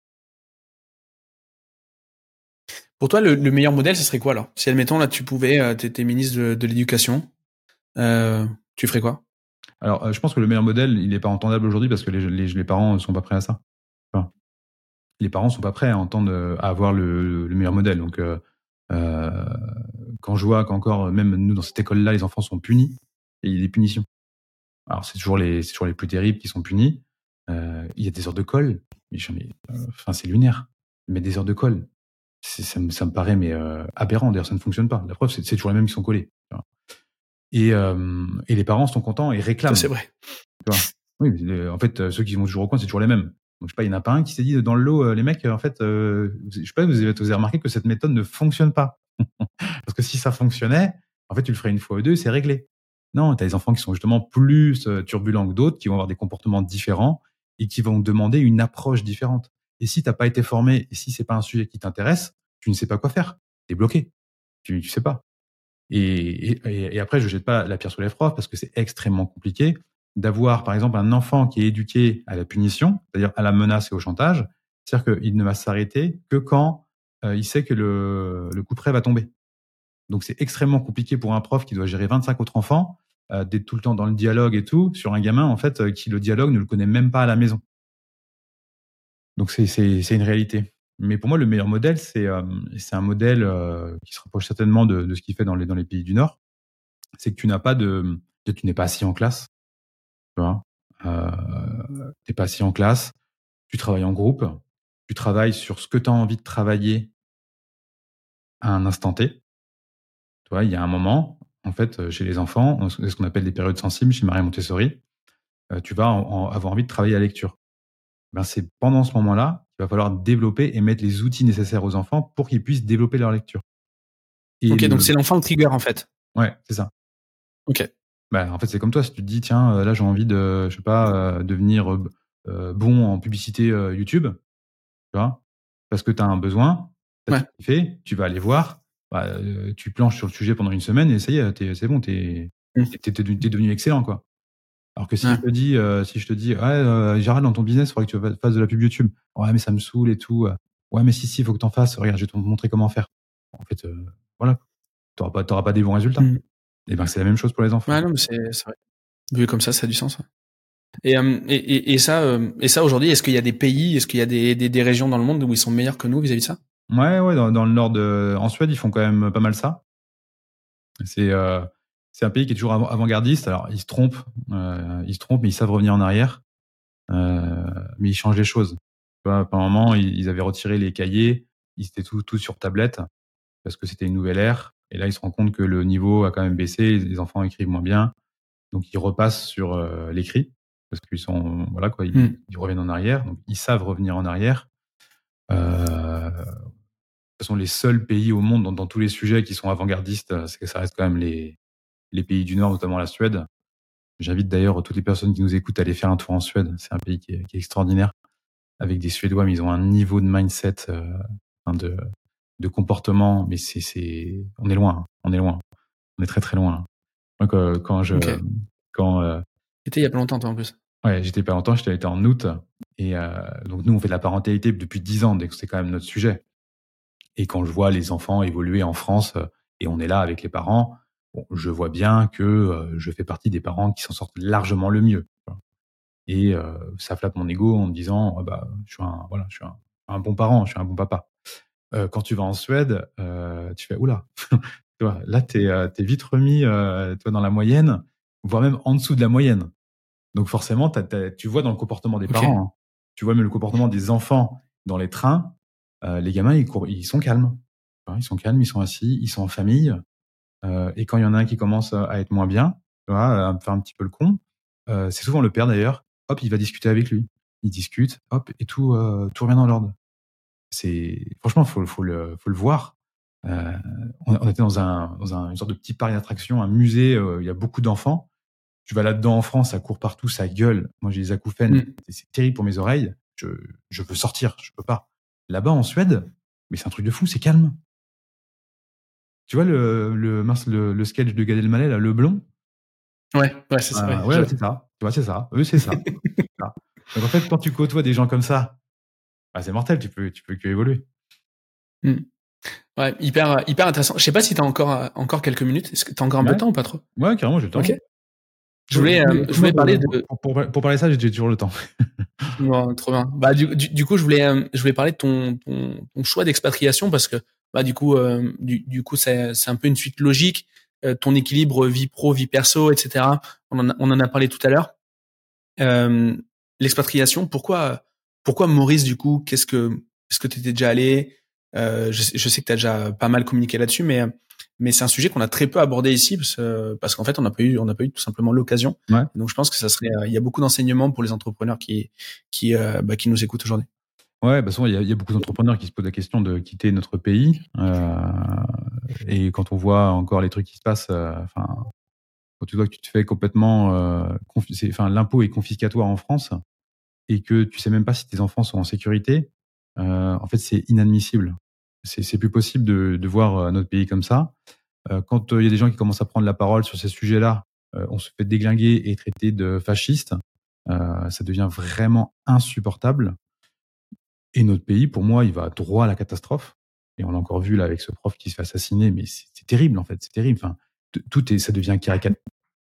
Pour toi, le, le meilleur modèle, ce serait quoi alors? Si admettons là, tu pouvais, euh, t'étais ministre de, de l'éducation, euh, tu ferais quoi? Alors, euh, je pense que le meilleur modèle, il n'est pas entendable aujourd'hui parce que les, les, les parents ne sont pas prêts à ça. Enfin, les parents sont pas prêts à entendre, à avoir le, le meilleur modèle. Donc, euh, euh, quand je vois qu'encore, même nous dans cette école-là, les enfants sont punis et il y a des punitions. Alors, c'est toujours les, c'est toujours les plus terribles qui sont punis. Euh, il y a des heures de colle. Mais, mais euh, enfin, c'est lunaire. Mais des heures de colle, c'est, ça, me, ça me paraît mais euh, aberrant. D'ailleurs, ça ne fonctionne pas. La preuve, c'est, c'est toujours les mêmes qui sont collés. Et, euh, et les parents sont contents et réclament. Ça, c'est vrai. Tu vois. Oui, mais les, en fait, ceux qui vont toujours au coin, c'est toujours les mêmes. Donc, je sais pas, il n'y en a pas un qui s'est dit dans le lot, les mecs, en fait, euh, je sais pas, vous avez, vous avez remarqué que cette méthode ne fonctionne pas. Parce que si ça fonctionnait, en fait, tu le ferais une fois ou deux, c'est réglé. Non, tu as des enfants qui sont justement plus euh, turbulents que d'autres, qui vont avoir des comportements différents et qui vont demander une approche différente. Et si t'as pas été formé, et si c'est pas un sujet qui t'intéresse, tu ne sais pas quoi faire. T'es bloqué. Tu, tu sais pas. Et, et, et après, je jette pas la pierre sur les profs parce que c'est extrêmement compliqué d'avoir, par exemple, un enfant qui est éduqué à la punition, c'est-à-dire à la menace et au chantage. C'est-à-dire qu'il ne va s'arrêter que quand euh, il sait que le, le coup près va tomber. Donc, c'est extrêmement compliqué pour un prof qui doit gérer vingt-cinq autres enfants, euh, d'être tout le temps dans le dialogue et tout, sur un gamin, en fait, euh, qui le dialogue ne le connaît même pas à la maison. Donc, c'est, c'est, c'est une réalité. Mais pour moi, le meilleur modèle, c'est, euh, c'est un modèle euh, qui se rapproche certainement de, de ce qu'il fait dans les, dans les pays du Nord. C'est que tu n'as pas de, tu n'es pas assis en classe, tu vois. Euh, t'es pas assis en classe, tu travailles en groupe, tu travailles sur ce que tu as envie de travailler à un instant T. Tu vois, il y a un moment, en fait, chez les enfants, c'est ce qu'on appelle des périodes sensibles chez Maria Montessori, euh, tu vas en, en, avoir envie de travailler la lecture. Ben, c'est pendant ce moment-là qu'il va falloir développer et mettre les outils nécessaires aux enfants pour qu'ils puissent développer leur lecture. Et ok, le... donc c'est l'enfant le trigger en fait. Ouais, c'est ça. Ok. Ben, en fait, c'est comme toi, si tu te dis, tiens, là, j'ai envie de, je sais pas, euh, devenir euh, bon en publicité euh, YouTube, tu vois, parce que tu as un besoin, ouais. tu fais, tu vas aller voir, bah, euh, tu planches sur le sujet pendant une semaine et ça y est, t'es, c'est bon, t'es, mmh. t'es, t'es, t'es devenu excellent, quoi. Alors que si ouais. je te dis, euh, si je te dis, ouais, euh, Gérald, dans ton business, il faudrait que tu fasses de la pub YouTube. Ouais, mais ça me saoule et tout. Ouais, mais si, si, il faut que tu en fasses. Regarde, je vais te montrer comment faire. En fait, euh, voilà. Tu n'auras pas, t'auras pas des bons résultats. Mmh. Et ben, c'est la même chose pour les enfants. Ouais, non, mais c'est, c'est vrai. Vu comme ça, ça a du sens. Ouais. Et, euh, et, et, et ça, euh, et ça aujourd'hui, est-ce qu'il y a des pays, est-ce qu'il y a des, des, des régions dans le monde où ils sont meilleurs que nous vis-à-vis de ça? Ouais, ouais, dans, dans le nord de, en Suède, ils font quand même pas mal ça. C'est, euh, c'est un pays qui est toujours avant, avant-gardiste. Alors, ils se trompent, euh, ils se trompent, mais ils savent revenir en arrière. Euh, mais ils changent les choses. Tu vois, par un moment, ils, ils avaient retiré les cahiers, ils étaient tout, tout sur tablette parce que c'était une nouvelle ère. Et là, ils se rendent compte que le niveau a quand même baissé, les enfants écrivent moins bien, donc ils repassent sur euh, l'écrit parce qu'ils sont, voilà quoi, ils, mmh. ils reviennent en arrière, donc ils savent revenir en arrière. Euh, ce sont les seuls pays au monde dans, dans tous les sujets qui sont avant-gardistes, c'est que ça reste quand même les, les pays du Nord, notamment la Suède. J'invite d'ailleurs toutes les personnes qui nous écoutent à aller faire un tour en Suède. C'est un pays qui est, qui est extraordinaire, avec des Suédois, mais ils ont un niveau de mindset, euh, de, de comportement, mais c'est, c'est, on est loin, on est loin, on est très très loin. Donc euh, quand je, okay. quand euh, C'était il y a pas longtemps, toi en plus. Ouais, j'étais pas longtemps, j'étais été en août, et euh, donc nous on fait de la parentalité depuis dix ans, donc c'est quand même notre sujet. Et quand je vois les enfants évoluer en France, et on est là avec les parents, bon, je vois bien que euh, je fais partie des parents qui s'en sortent largement le mieux. Et euh, ça flatte mon ego en me disant, oh bah, je suis un, voilà, je suis un, un bon parent, je suis un bon papa. Euh, quand tu vas en Suède, euh, tu fais oula, tu vois, là t'es, euh, t'es vite remis, euh, tu vois, dans la moyenne, voire même en dessous de la moyenne. Donc forcément, t'as, t'as, tu vois dans le comportement des okay. parents, hein, tu vois même le comportement des enfants dans les trains. Euh, les gamins, ils, courent, ils sont calmes, ils sont calmes, ils sont assis, ils sont en famille. Euh, et quand il y en a un qui commence à être moins bien, tu vois, à me faire un petit peu le con, euh, c'est souvent le père d'ailleurs. Hop, il va discuter avec lui. Il discute, hop, et tout, euh, tout revient dans l'ordre. C'est franchement, faut, faut le, faut le voir. Euh, on, on était dans un, dans un, une sorte de petit parc d'attraction, un musée. Euh, il y a beaucoup d'enfants. Tu vas là-dedans en France, ça court partout, ça gueule. Moi, j'ai des acouphènes, Mm. c'est terrible pour mes oreilles. Je, je veux sortir, je peux pas. Là-bas, en Suède, mais c'est un truc de fou, c'est calme. Tu vois le, le, mince, le, le sketch de Gad Elmaleh, là, le blond? Ouais, ouais, c'est ça. Euh, Ouais, ouais, je... ouais, c'est ça. Tu vois, c'est ça. Eux, c'est ça. ça. Donc, en fait, quand tu côtoies des gens comme ça, bah, c'est mortel, tu peux, tu peux que évoluer. Mm. Ouais, hyper, hyper intéressant. Je sais pas si t'as encore, encore quelques minutes. Est-ce que t'as encore un Ouais, peu de temps ou pas trop? ouais, carrément, j'ai le temps. Ok. Je voulais, euh, je voulais parler de. Pour, pour, pour parler ça, j'ai toujours le temps. Bon, trop bien. Bah, du, du, du coup, je voulais, euh, je voulais parler de ton, ton, ton choix d'expatriation parce que, bah, du coup, euh, du, du coup, c'est, c'est un peu une suite logique. Euh, ton équilibre vie pro, vie perso, et cetera. On en a, on en a parlé tout à l'heure. Euh, l'expatriation, pourquoi, pourquoi Maurice, du coup, qu'est-ce que, est-ce que tu étais déjà allé? Euh, je, sais- je sais que tu as déjà pas mal communiqué là-dessus, mais, mais c'est un sujet qu'on a très peu abordé ici parce, que- parce qu'en fait, on n'a pas eu, on n'a pas eu tout simplement l'occasion. Ouais. Donc, je pense que ça serait, il y a beaucoup d'enseignements pour les entrepreneurs qui, qui, euh, bah, qui nous écoutent aujourd'hui. Ouais, bah, souvent, il y, a, il y a beaucoup d'entrepreneurs qui se posent la question de quitter notre pays. Euh, et quand on voit encore les trucs qui se passent, enfin, euh, quand tu vois que tu te fais complètement, euh, confi- c'est- enfin, l'impôt est confiscatoire en France et que tu sais même pas si tes enfants sont en sécurité, euh, en fait, c'est inadmissible. C'est, c'est plus possible de, de voir euh, notre pays comme ça. Euh, quand il euh, y a des gens qui commencent à prendre la parole sur ces sujets-là, euh, on se fait déglinguer et traiter de fasciste. Euh, ça devient vraiment insupportable. Et notre pays, pour moi, il va droit à la catastrophe. Et on l'a encore vu là avec ce prof qui se fait assassiner, mais c'est, c'est terrible en fait, c'est terrible. Enfin, t- tout est, ça devient caricature.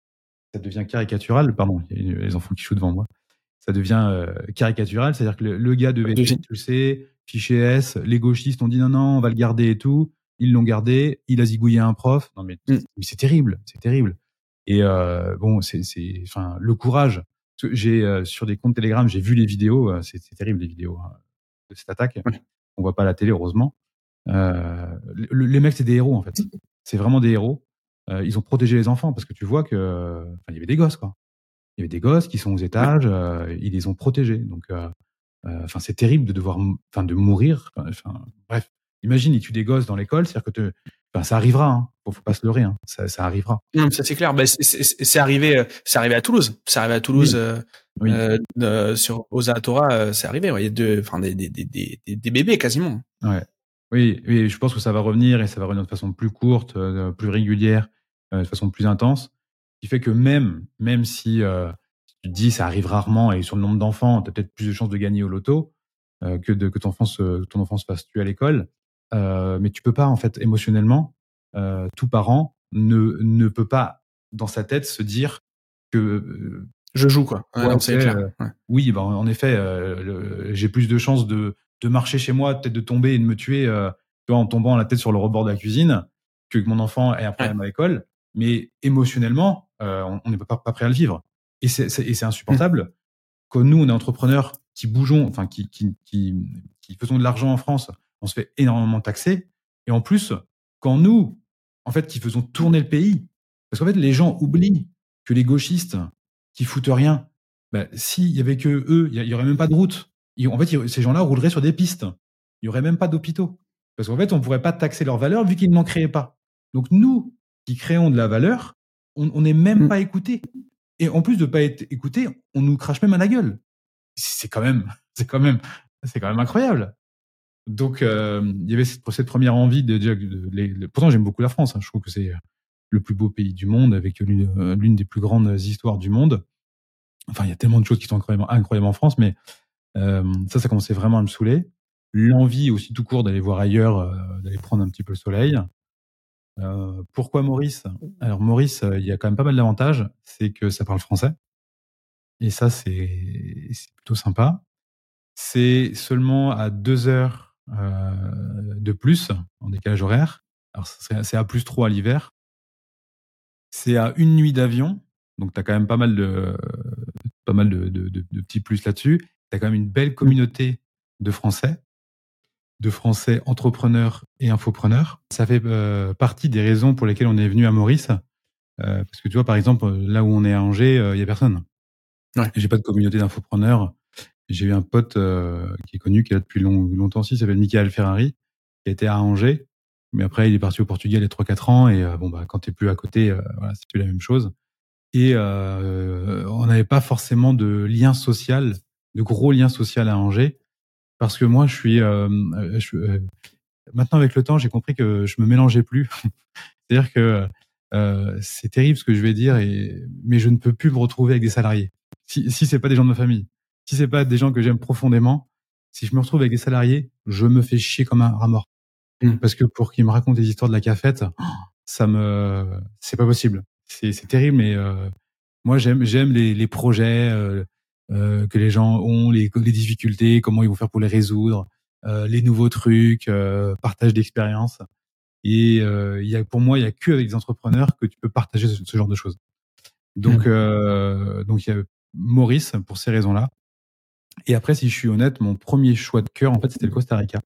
Ça devient caricatural, pardon, il y a les enfants qui jouent devant moi. Ça devient euh, caricatural, c'est-à-dire que le, le gars devait être expulsé, fiché S, les gauchistes ont dit non, non, on va le garder et tout. Ils l'ont gardé, il a zigouillé un prof. Non, mais, Mm. mais c'est terrible, c'est terrible. Et euh, bon, c'est, c'est, enfin, le courage. Parce que j'ai euh, sur des comptes Telegram, j'ai vu les vidéos, euh, c'est, c'est terrible les vidéos hein, de cette attaque. Ouais. On voit pas à la télé, heureusement. Euh, le- les mecs, c'est des héros en fait. C'est vraiment des héros. Euh, ils ont protégé les enfants parce que tu vois que, enfin, il y avait des gosses quoi. Il y avait des gosses qui sont aux étages, euh, ils les ont protégés. Donc, euh, euh, enfin, c'est terrible de devoir, enfin, de mourir. Enfin, bref, imagine, ils tuent des gosses dans l'école, c'est-à-dire que, te, enfin, ça arrivera. Hein. Faut, faut pas se leurrer. Hein. Ça, ça arrivera. Non, ça c'est clair. Bah, c'est, c'est, c'est arrivé, euh, c'est arrivé à Toulouse. C'est arrivé à Toulouse, Oui. euh, Oui. euh, euh, sur aux Atora, euh, c'est arrivé. Ouais, il y a deux, enfin des, des, des, des, des bébés quasiment. Ouais. Oui, oui, je pense que ça va revenir et ça va revenir de façon plus courte, euh, plus régulière, euh, de façon plus intense. Ce qui fait que même, même si euh, tu te dis ça arrive rarement et sur le nombre d'enfants, tu as peut-être plus de chances de gagner au loto euh, que, de, que ton enfant se, ton enfant se fasse tuer à l'école. Euh, mais tu peux pas, en fait, émotionnellement, euh, tout parent ne, ne peut pas, dans sa tête, se dire que euh, Je joue quoi. Ouais, ouais, non, ok, c'est clair. euh, Ouais. oui, bah, en effet, euh, le- j'ai plus de chances de, de marcher chez moi, peut-être de tomber et de me tuer euh, tu vois, en tombant la tête sur le rebord de la cuisine, que mon enfant ait un problème Ouais. à l'école. Mais émotionnellement, euh, on n'est pas, pas prêt à le vivre. Et c'est, c'est, et c'est insupportable. Mmh. Quand nous, on est entrepreneurs qui bougeons, enfin qui, qui, qui, qui faisons de l'argent en France, on se fait énormément taxer. Et en plus, quand nous, en fait, qui faisons tourner le pays, parce qu'en fait, les gens oublient que les gauchistes qui foutent rien, ben, s'il y avait que eux, il y, y aurait même pas de route. Et en fait, y, ces gens-là rouleraient sur des pistes. Il y aurait même pas d'hôpitaux. Parce qu'en fait, on pourrait pas taxer leur valeur vu qu'ils n'en créaient pas. Donc nous, qui créons de la valeur, on n'est même Mm. pas écoutés. Et en plus de pas être écoutés, on nous crache même à la gueule. C'est quand même, c'est quand même, c'est quand même incroyable. Donc, euh, il y avait cette, cette première envie de dire, de, les, les, pourtant j'aime beaucoup la France. Hein, je trouve que c'est le plus beau pays du monde avec l'une, euh, l'une des plus grandes histoires du monde. Enfin, il y a tellement de choses qui sont incroyables, incroyables en France, mais euh, ça, ça commençait vraiment à me saouler. L'envie aussi tout court d'aller voir ailleurs, euh, d'aller prendre un petit peu le soleil. Euh, pourquoi Maurice? Alors Maurice, il y a quand même pas mal d'avantages. C'est que ça parle français. Et ça, c'est, c'est plutôt sympa. C'est seulement à deux heures euh, de plus en décalage horaire. Alors, c'est, c'est à plus trois à l'hiver. C'est à une nuit d'avion. Donc, tu as quand même pas mal de, pas mal de, de, de, de petits plus là-dessus. Tu as quand même une belle communauté de Français, de Français entrepreneurs et infopreneurs. Ça fait euh, partie des raisons pour lesquelles on est venu à Maurice. Euh, parce que tu vois, par exemple, là où on est à Angers, il euh, n'y a personne. Ouais. J'ai pas de communauté d'infopreneurs. J'ai eu un pote euh, qui est connu, qui est là depuis long, longtemps aussi, il s'appelle Michael Ferrari, qui a été à Angers. Mais après, il est parti au Portugal il y a trois quatre ans. Et euh, bon, bah, quand t'es plus à côté, euh, voilà, c'est plus la même chose. et euh, on n'avait pas forcément de lien social, de gros liens sociaux à Angers, parce que moi, je suis, euh, je, euh, maintenant avec le temps, j'ai compris que je me mélangeais plus. C'est-à-dire que euh, c'est terrible ce que je vais dire, et, mais je ne peux plus me retrouver avec des salariés. Si, si c'est pas des gens de ma famille, si c'est pas des gens que j'aime profondément, si je me retrouve avec des salariés, je me fais chier comme un rat mort. Mmh. Parce que pour qu'ils me racontent des histoires de la cafette, ça me, c'est pas possible. C'est, c'est terrible, mais euh, moi j'aime, j'aime les, les projets euh, euh, que les gens ont, les, les difficultés, comment ils vont faire pour les résoudre, euh, les nouveaux trucs, euh, partage d'expérience. Et euh, il y a, pour moi, il y a que avec des entrepreneurs que tu peux partager ce, ce genre de choses. Donc, Mmh. euh, donc il y a Maurice pour ces raisons-là. Et après, si je suis honnête, mon premier choix de cœur, en fait, c'était le Costa Rica.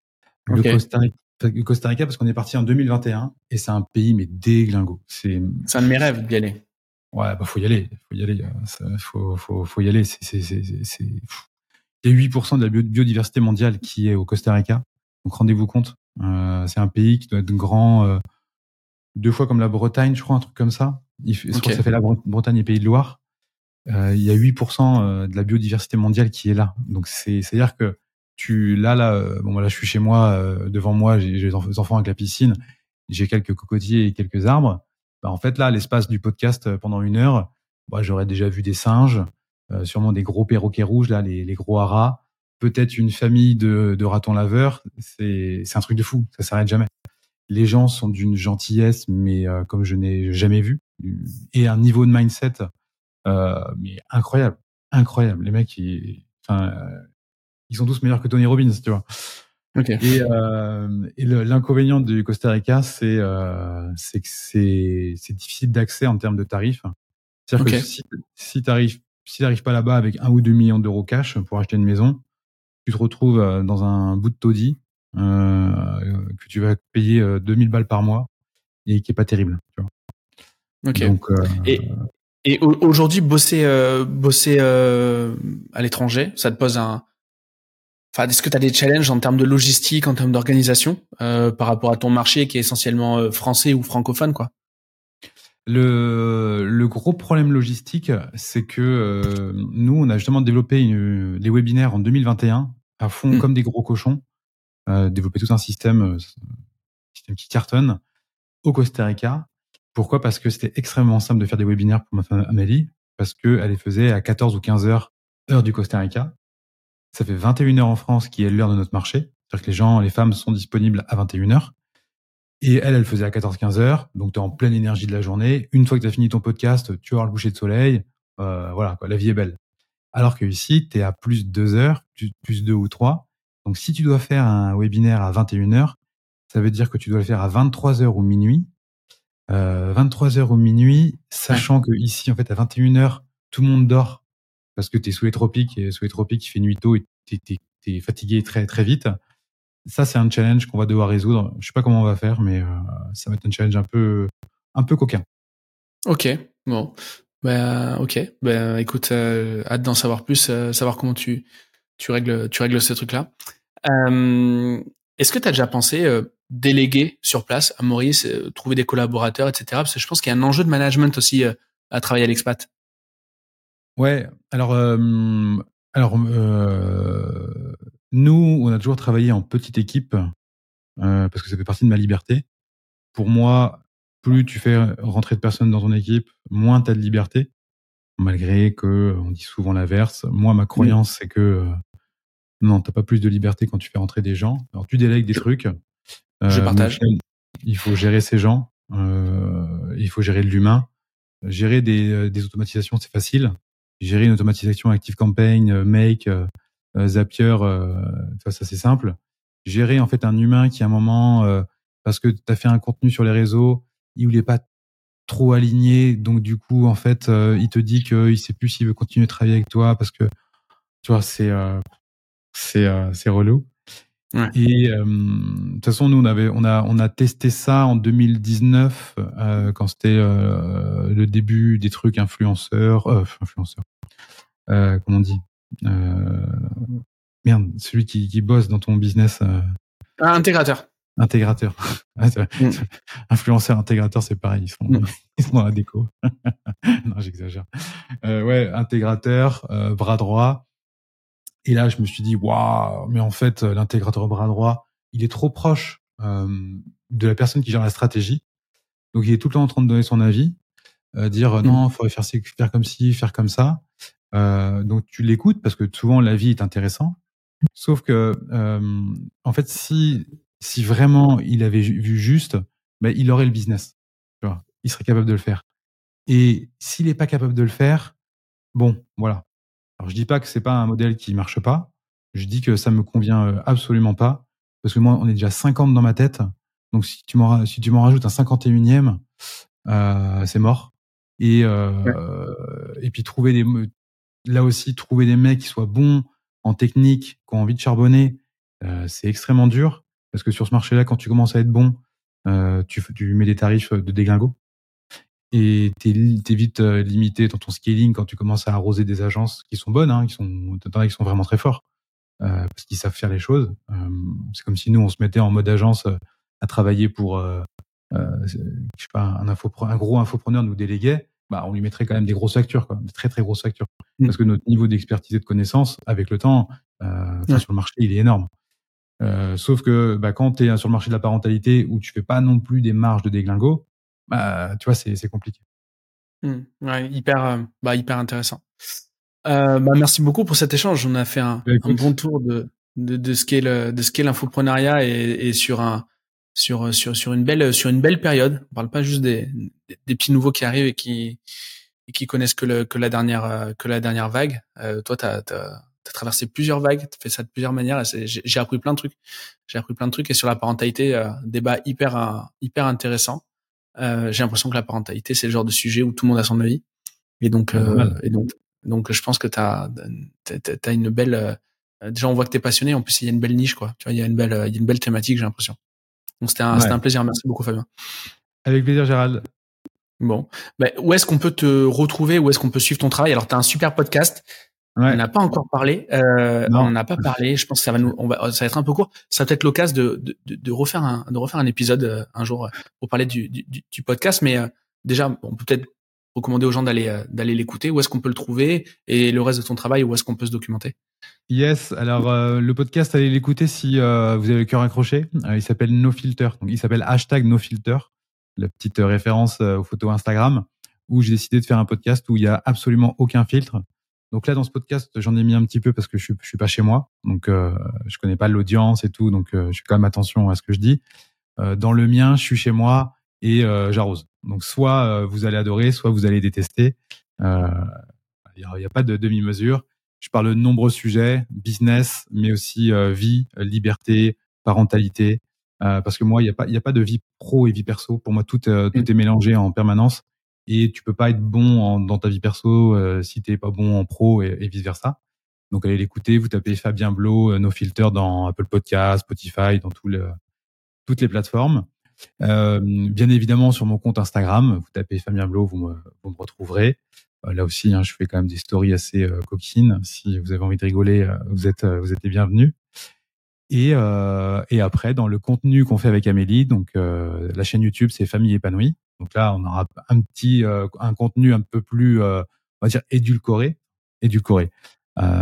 Le Ok. Costa Rica, le Costa Rica, parce qu'on est parti en deux mille vingt et un et c'est un pays mais déglingo. C'est, C'est un de mes rêves d'y aller. ouais, bah faut y aller, faut y aller, ça, faut, faut, faut y aller. C'est, c'est, c'est, c'est, c'est... Il y a huit pour cent de la biodiversité mondiale qui est au Costa Rica. Donc rendez-vous compte, euh, c'est un pays qui doit être grand, euh, deux fois comme la Bretagne, je crois, un truc comme ça. Il fait, je Ok. crois que ça fait la Bretagne et Pays de Loire. Euh, il y a huit pour cent de la biodiversité mondiale qui est là. Donc c'est, c'est-à-dire que tu, là, là, euh, bon, là, je suis chez moi, euh, devant moi, j'ai, j'ai des enfants avec la piscine, j'ai quelques cocotiers et quelques arbres. Bah, en fait, là, l'espace du podcast euh, pendant une heure, bah, j'aurais déjà vu des singes, euh, sûrement des gros perroquets rouges, là, les, les gros haras, peut-être une famille de, de ratons laveurs. C'est, c'est un truc de fou. Ça s'arrête jamais. Les gens sont d'une gentillesse, mais euh, comme je n'ai jamais vu, et un niveau de mindset, euh, mais incroyable, incroyable. Les mecs, ils, enfin, euh, ils sont tous meilleurs que Tony Robbins, tu vois. Ok. Et, euh, et le, l'inconvénient du Costa Rica, c'est, euh, c'est que c'est, c'est difficile d'accès en termes de tarifs. C'est-à-dire que Ok. si, si t'arrives, si t'arrives pas là-bas avec un ou deux millions d'euros cash pour acheter une maison, tu te retrouves euh, dans un bout de taudis euh, que tu vas payer euh, deux mille balles par mois et qui est pas terrible. Tu vois. Ok. Donc, euh, Et, et au- aujourd'hui, bosser, euh, bosser euh, à l'étranger, ça te pose un. Enfin, est-ce que tu as des challenges en termes de logistique, en termes d'organisation, euh, par rapport à ton marché qui est essentiellement euh, français ou francophone, quoi? le, le gros problème logistique, c'est que euh, nous, on a justement développé une, les webinaires en deux mille vingt et un à fond Hmm. comme des gros cochons, euh, développé tout un système, euh, système qui cartonne au Costa Rica. Pourquoi? Parce que c'était extrêmement simple de faire des webinaires pour ma femme Amélie, parce qu'elle les faisait à quatorze ou quinze heures, heure du Costa Rica. Ça fait vingt et une heures en France, qui est l'heure de notre marché. C'est-à-dire que les gens, les femmes sont disponibles à vingt et une heures. Et elle, elle faisait à quatorze quinze heures. Donc, tu es en pleine énergie de la journée. Une fois que tu as fini ton podcast, tu vas voir le coucher de soleil. Euh, voilà, quoi, la vie est belle. Alors que ici, tu es à plus de deux heures, plus, plus deux ou trois. Donc, si tu dois faire un webinaire à vingt et une heures, ça veut dire que tu dois le faire à vingt-trois heures ou minuit. Euh, vingt-trois heures ou minuit, Ouais. sachant que ici, en fait, à vingt et une heures, tout le monde dort parce que tu es sous les tropiques, et sous les tropiques, il fait nuit tôt et tu es fatigué très, très vite. Ça, c'est un challenge qu'on va devoir résoudre. Je sais pas comment on va faire, mais euh, ça va être un challenge un peu, un peu coquin. Ok. Bon. Ben, ok. Ben, écoute, euh, hâte d'en savoir plus, euh, savoir comment tu tu règles tu règles ce truc-là. Euh, est-ce que tu as déjà pensé euh, déléguer sur place à Maurice, euh, trouver des collaborateurs, et cetera. Parce que je pense qu'il y a un enjeu de management aussi euh, à travailler à l'expat. Ouais. Alors, euh, alors, euh, nous, on a toujours travaillé en petite équipe euh, parce que ça fait partie de ma liberté. Pour moi, plus tu fais rentrer de personnes dans ton équipe, moins tu as de liberté. Malgré que on dit souvent l'inverse. Moi, ma croyance, c'est que euh, non, t'as pas plus de liberté quand tu fais rentrer des gens. Alors, tu délègues des Je, trucs, je euh, mais au partage. final, il faut gérer ces gens. Euh, il faut gérer de l'humain. Gérer des, euh, des automatisations, c'est facile. Gérer une automatisation ActiveCampaign, euh, Make, euh, euh, Zapier, euh, ça, ça c'est simple. Gérer en fait un humain qui à un moment, euh, parce que tu as fait un contenu sur les réseaux, il n'est pas trop aligné, donc du coup en fait, euh, il te dit qu'il sait plus s'il veut continuer de travailler avec toi parce que tu vois, c'est euh, c'est euh, c'est relou. Ouais. Et euh, de toute façon, nous on avait on a on a testé ça en deux mille dix-neuf euh, quand c'était euh, le début des trucs influenceurs, euh, influenceurs, euh, comment on dit, euh, merde, celui qui, qui bosse dans ton business. Euh, Ah, intégrateur. Intégrateur. mm. Influenceur, intégrateur, c'est pareil. Ils sont, mm. ils sont dans la déco. Non, j'exagère. Euh, ouais, intégrateur, euh, bras droit. Et là, je me suis dit, waouh, mais en fait, l'intégrateur bras droit, il est trop proche euh, de la personne qui gère la stratégie. Donc, il est tout le temps en train de donner son avis, euh, dire euh, non, il faudrait faire, faire comme ci, faire comme ça. Euh, donc, tu l'écoutes parce que souvent, l'avis est intéressant. Sauf que, euh, en fait, si si vraiment il avait vu juste, ben, il aurait le business. Tu vois, il serait capable de le faire. Et s'il n'est pas capable de le faire, bon, voilà. Alors, je dis pas que c'est pas un modèle qui marche pas. Je dis que ça me convient absolument pas. Parce que moi, on est déjà cinquante dans ma tête. Donc, si tu m'en, si tu m'en rajoutes un cinquante et unième, euh, c'est mort. Et, euh, ouais. Et puis, trouver des, là aussi, trouver des mecs qui soient bons en technique, qui ont envie de charbonner, euh, c'est extrêmement dur. Parce que sur ce marché-là, quand tu commences à être bon, euh, tu, tu mets des tarifs de déglingo. Et t'es, t'es vite euh, limité dans ton scaling quand tu commences à arroser des agences qui sont bonnes, hein, qui sont, qui sont vraiment très forts, euh, parce qu'ils savent faire les choses. Euh, c'est comme si nous, on se mettait en mode agence euh, à travailler pour, euh, euh, je sais pas, un, info, un gros infopreneur nous déléguait, bah, on lui mettrait quand même des grosses factures, quoi, des très très grosses factures. Mmh. Parce que notre niveau d'expertise et de connaissance, avec le temps, euh, ouais. sur le marché, il est énorme. Euh, sauf que bah, quand tu es sur le marché de la parentalité où tu fais pas non plus des marges de déglingo, bah, tu vois, c'est, c'est compliqué. Mmh. Ouais, hyper, euh, bah, hyper intéressant. Euh, bah, merci beaucoup pour cet échange. On a fait un, bah, un bon tour de, de, de ce qu'est le, de ce qu'est l'infoprenariat et, et sur un, sur, sur, sur une belle, sur une belle période. On parle pas juste des, des, des petits nouveaux qui arrivent et qui, et qui connaissent que le, que la dernière, que la dernière vague. Euh, toi, t'as, t'as, t'as traversé plusieurs vagues, t'as fait ça de plusieurs manières. Et c'est, j'ai, j'ai appris plein de trucs. J'ai appris plein de trucs et sur la parentalité, euh, débat hyper, euh, hyper intéressant. Euh, j'ai l'impression que la parentalité, c'est le genre de sujet où tout le monde a son avis. Et donc, euh, et donc, donc, je pense que t'as, t'as, t'as une belle, euh, déjà, on voit que t'es passionné. En plus, il y a une belle niche, quoi. Tu vois, il y a une belle, il y a une belle thématique, j'ai l'impression. Donc, c'était un, ouais. c'était un plaisir. Merci beaucoup, Fabien. Avec plaisir, Gérald. Bon. Ben, où est-ce qu'on peut te retrouver? Où est-ce qu'on peut suivre ton travail? Alors, t'as un super podcast. Ouais. On n'a pas encore parlé. Euh, on n'en a pas parlé. Je pense que ça va nous, on va, ça va être un peu court. Ça va peut-être l'occasion de, de, de, de refaire un, de refaire un épisode euh, un jour pour parler du, du, du podcast. Mais euh, déjà, on peut peut-être recommander aux gens d'aller, euh, d'aller l'écouter. Où est-ce qu'on peut le trouver? Et le reste de ton travail, où est-ce qu'on peut se documenter? Yes. Alors, euh, le podcast, allez l'écouter si euh, vous avez le cœur accroché. Euh, il s'appelle No Filter. Donc, il s'appelle hashtag No Filter, la petite référence euh, aux photos Instagram, où j'ai décidé de faire un podcast où il y a absolument aucun filtre. Donc là, dans ce podcast, j'en ai mis un petit peu parce que je suis, je suis pas chez moi, donc euh, je connais pas l'audience et tout, donc euh, je fais quand même attention à ce que je dis. Euh, dans le mien, je suis chez moi et euh, j'arrose. Donc soit euh, vous allez adorer, soit vous allez détester. Il euh, y, y a pas de demi-mesure. Je parle de nombreux sujets, business, mais aussi euh, vie, liberté, parentalité, euh, parce que moi, il y a pas, il y a pas de vie pro et vie perso. Pour moi, tout, euh, tout est mélangé en permanence. Et tu peux pas être bon en, dans ta vie perso euh, si t'es pas bon en pro et, et vice versa. Donc allez l'écouter, vous tapez Fabien Blo, euh, No Filter dans Apple Podcast, Spotify, dans tout le, toutes les plateformes. Euh, bien évidemment sur mon compte Instagram, vous tapez Fabien Blo, vous me, vous me retrouverez. Euh, là aussi, hein, je fais quand même des stories assez euh, coquines. Si vous avez envie de rigoler, euh, vous êtes, euh, vous êtes les bienvenus. Et, euh, et après, dans le contenu qu'on fait avec Amélie, donc euh, la chaîne YouTube, c'est Famille épanouie. Donc là, on aura un petit, euh, un contenu un peu plus, euh, on va dire édulcoré, édulcoré. Euh,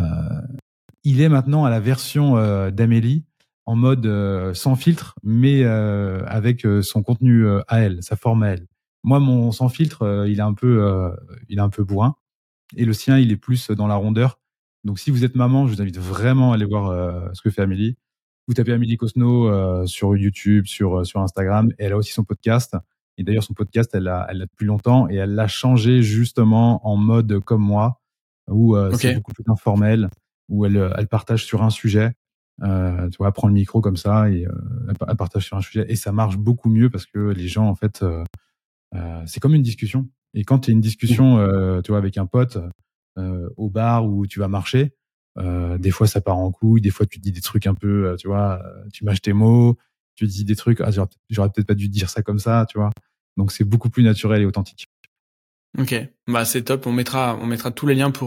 il est maintenant à la version euh, d'Amélie en mode euh, sans filtre, mais euh, avec euh, son contenu euh, à elle, sa forme à elle. Moi, mon sans filtre, euh, il est un peu, euh, il est un peu bourrin, et le sien, il est plus dans la rondeur. Donc, si vous êtes maman, je vous invite vraiment à aller voir euh, ce que fait Amélie. Vous tapez Amélie Cosno euh, sur YouTube, sur sur Instagram, et elle a aussi son podcast. Et d'ailleurs, son podcast, elle l'a, elle l'a depuis longtemps, et elle l'a changé justement en mode comme moi, où euh, okay. c'est beaucoup plus informel, où elle elle partage sur un sujet. Euh, tu vois, elle prend le micro comme ça et euh, elle partage sur un sujet, et ça marche beaucoup mieux parce que les gens, en fait, euh, euh, c'est comme une discussion. Et quand tu as une discussion, euh, tu vois, avec un pote euh, au bar où tu vas marcher. Euh, des fois, ça part en couille. Des fois, tu te dis des trucs un peu, euh, tu vois, euh, tu mâches tes mots. Tu te dis des trucs, ah, j'aurais, j'aurais peut-être pas dû dire ça comme ça, tu vois. Donc, c'est beaucoup plus naturel et authentique. Ok, bah c'est top. On mettra, on mettra tous les liens pour euh,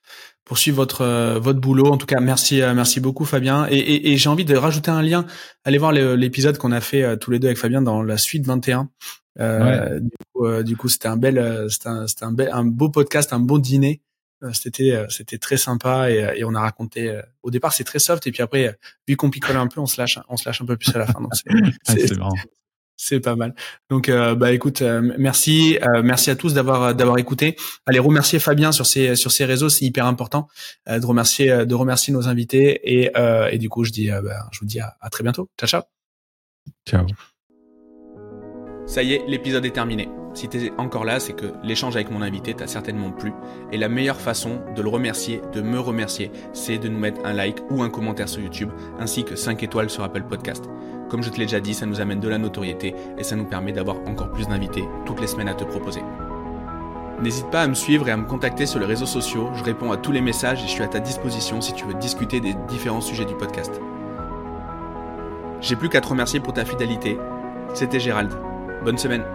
poursuivre votre euh, votre boulot. En tout cas, merci euh, merci beaucoup Fabien. Et, et, et j'ai envie de rajouter un lien. Allez voir le, l'épisode qu'on a fait euh, tous les deux avec Fabien dans la suite vingt et un. Euh, ouais. Du coup, euh, du coup, c'était un bel, euh, c'était un, c'était un bel, un beau podcast, un bon dîner. Euh, c'était, euh, c'était très sympa et, et on a raconté. Euh, au départ, c'est très soft et puis après, euh, vu qu'on picole un peu, on se lâche, on se lâche un peu plus à la fin. Donc c'est, c'est, ah, c'est marrant. C'est pas mal. Donc, euh, bah écoute, euh, merci, euh, merci à tous d'avoir d'avoir écouté. Allez remercier Fabien sur ses sur ses réseaux, c'est hyper important euh, de remercier de remercier nos invités et euh, et du coup je dis, euh, bah, je vous dis à, à très bientôt. Ciao ciao. Ciao. Ça y est, l'épisode est terminé. Si t'es encore là, c'est que l'échange avec mon invité t'a certainement plu. Et la meilleure façon de le remercier, de me remercier, c'est de nous mettre un like ou un commentaire sur YouTube, ainsi que cinq étoiles sur Apple Podcast. Comme je te l'ai déjà dit, ça nous amène de la notoriété et ça nous permet d'avoir encore plus d'invités toutes les semaines à te proposer. N'hésite pas à me suivre et à me contacter sur les réseaux sociaux. Je réponds à tous les messages et je suis à ta disposition si tu veux discuter des différents sujets du podcast. J'ai plus qu'à te remercier pour ta fidélité. C'était Gérald. Bonne semaine.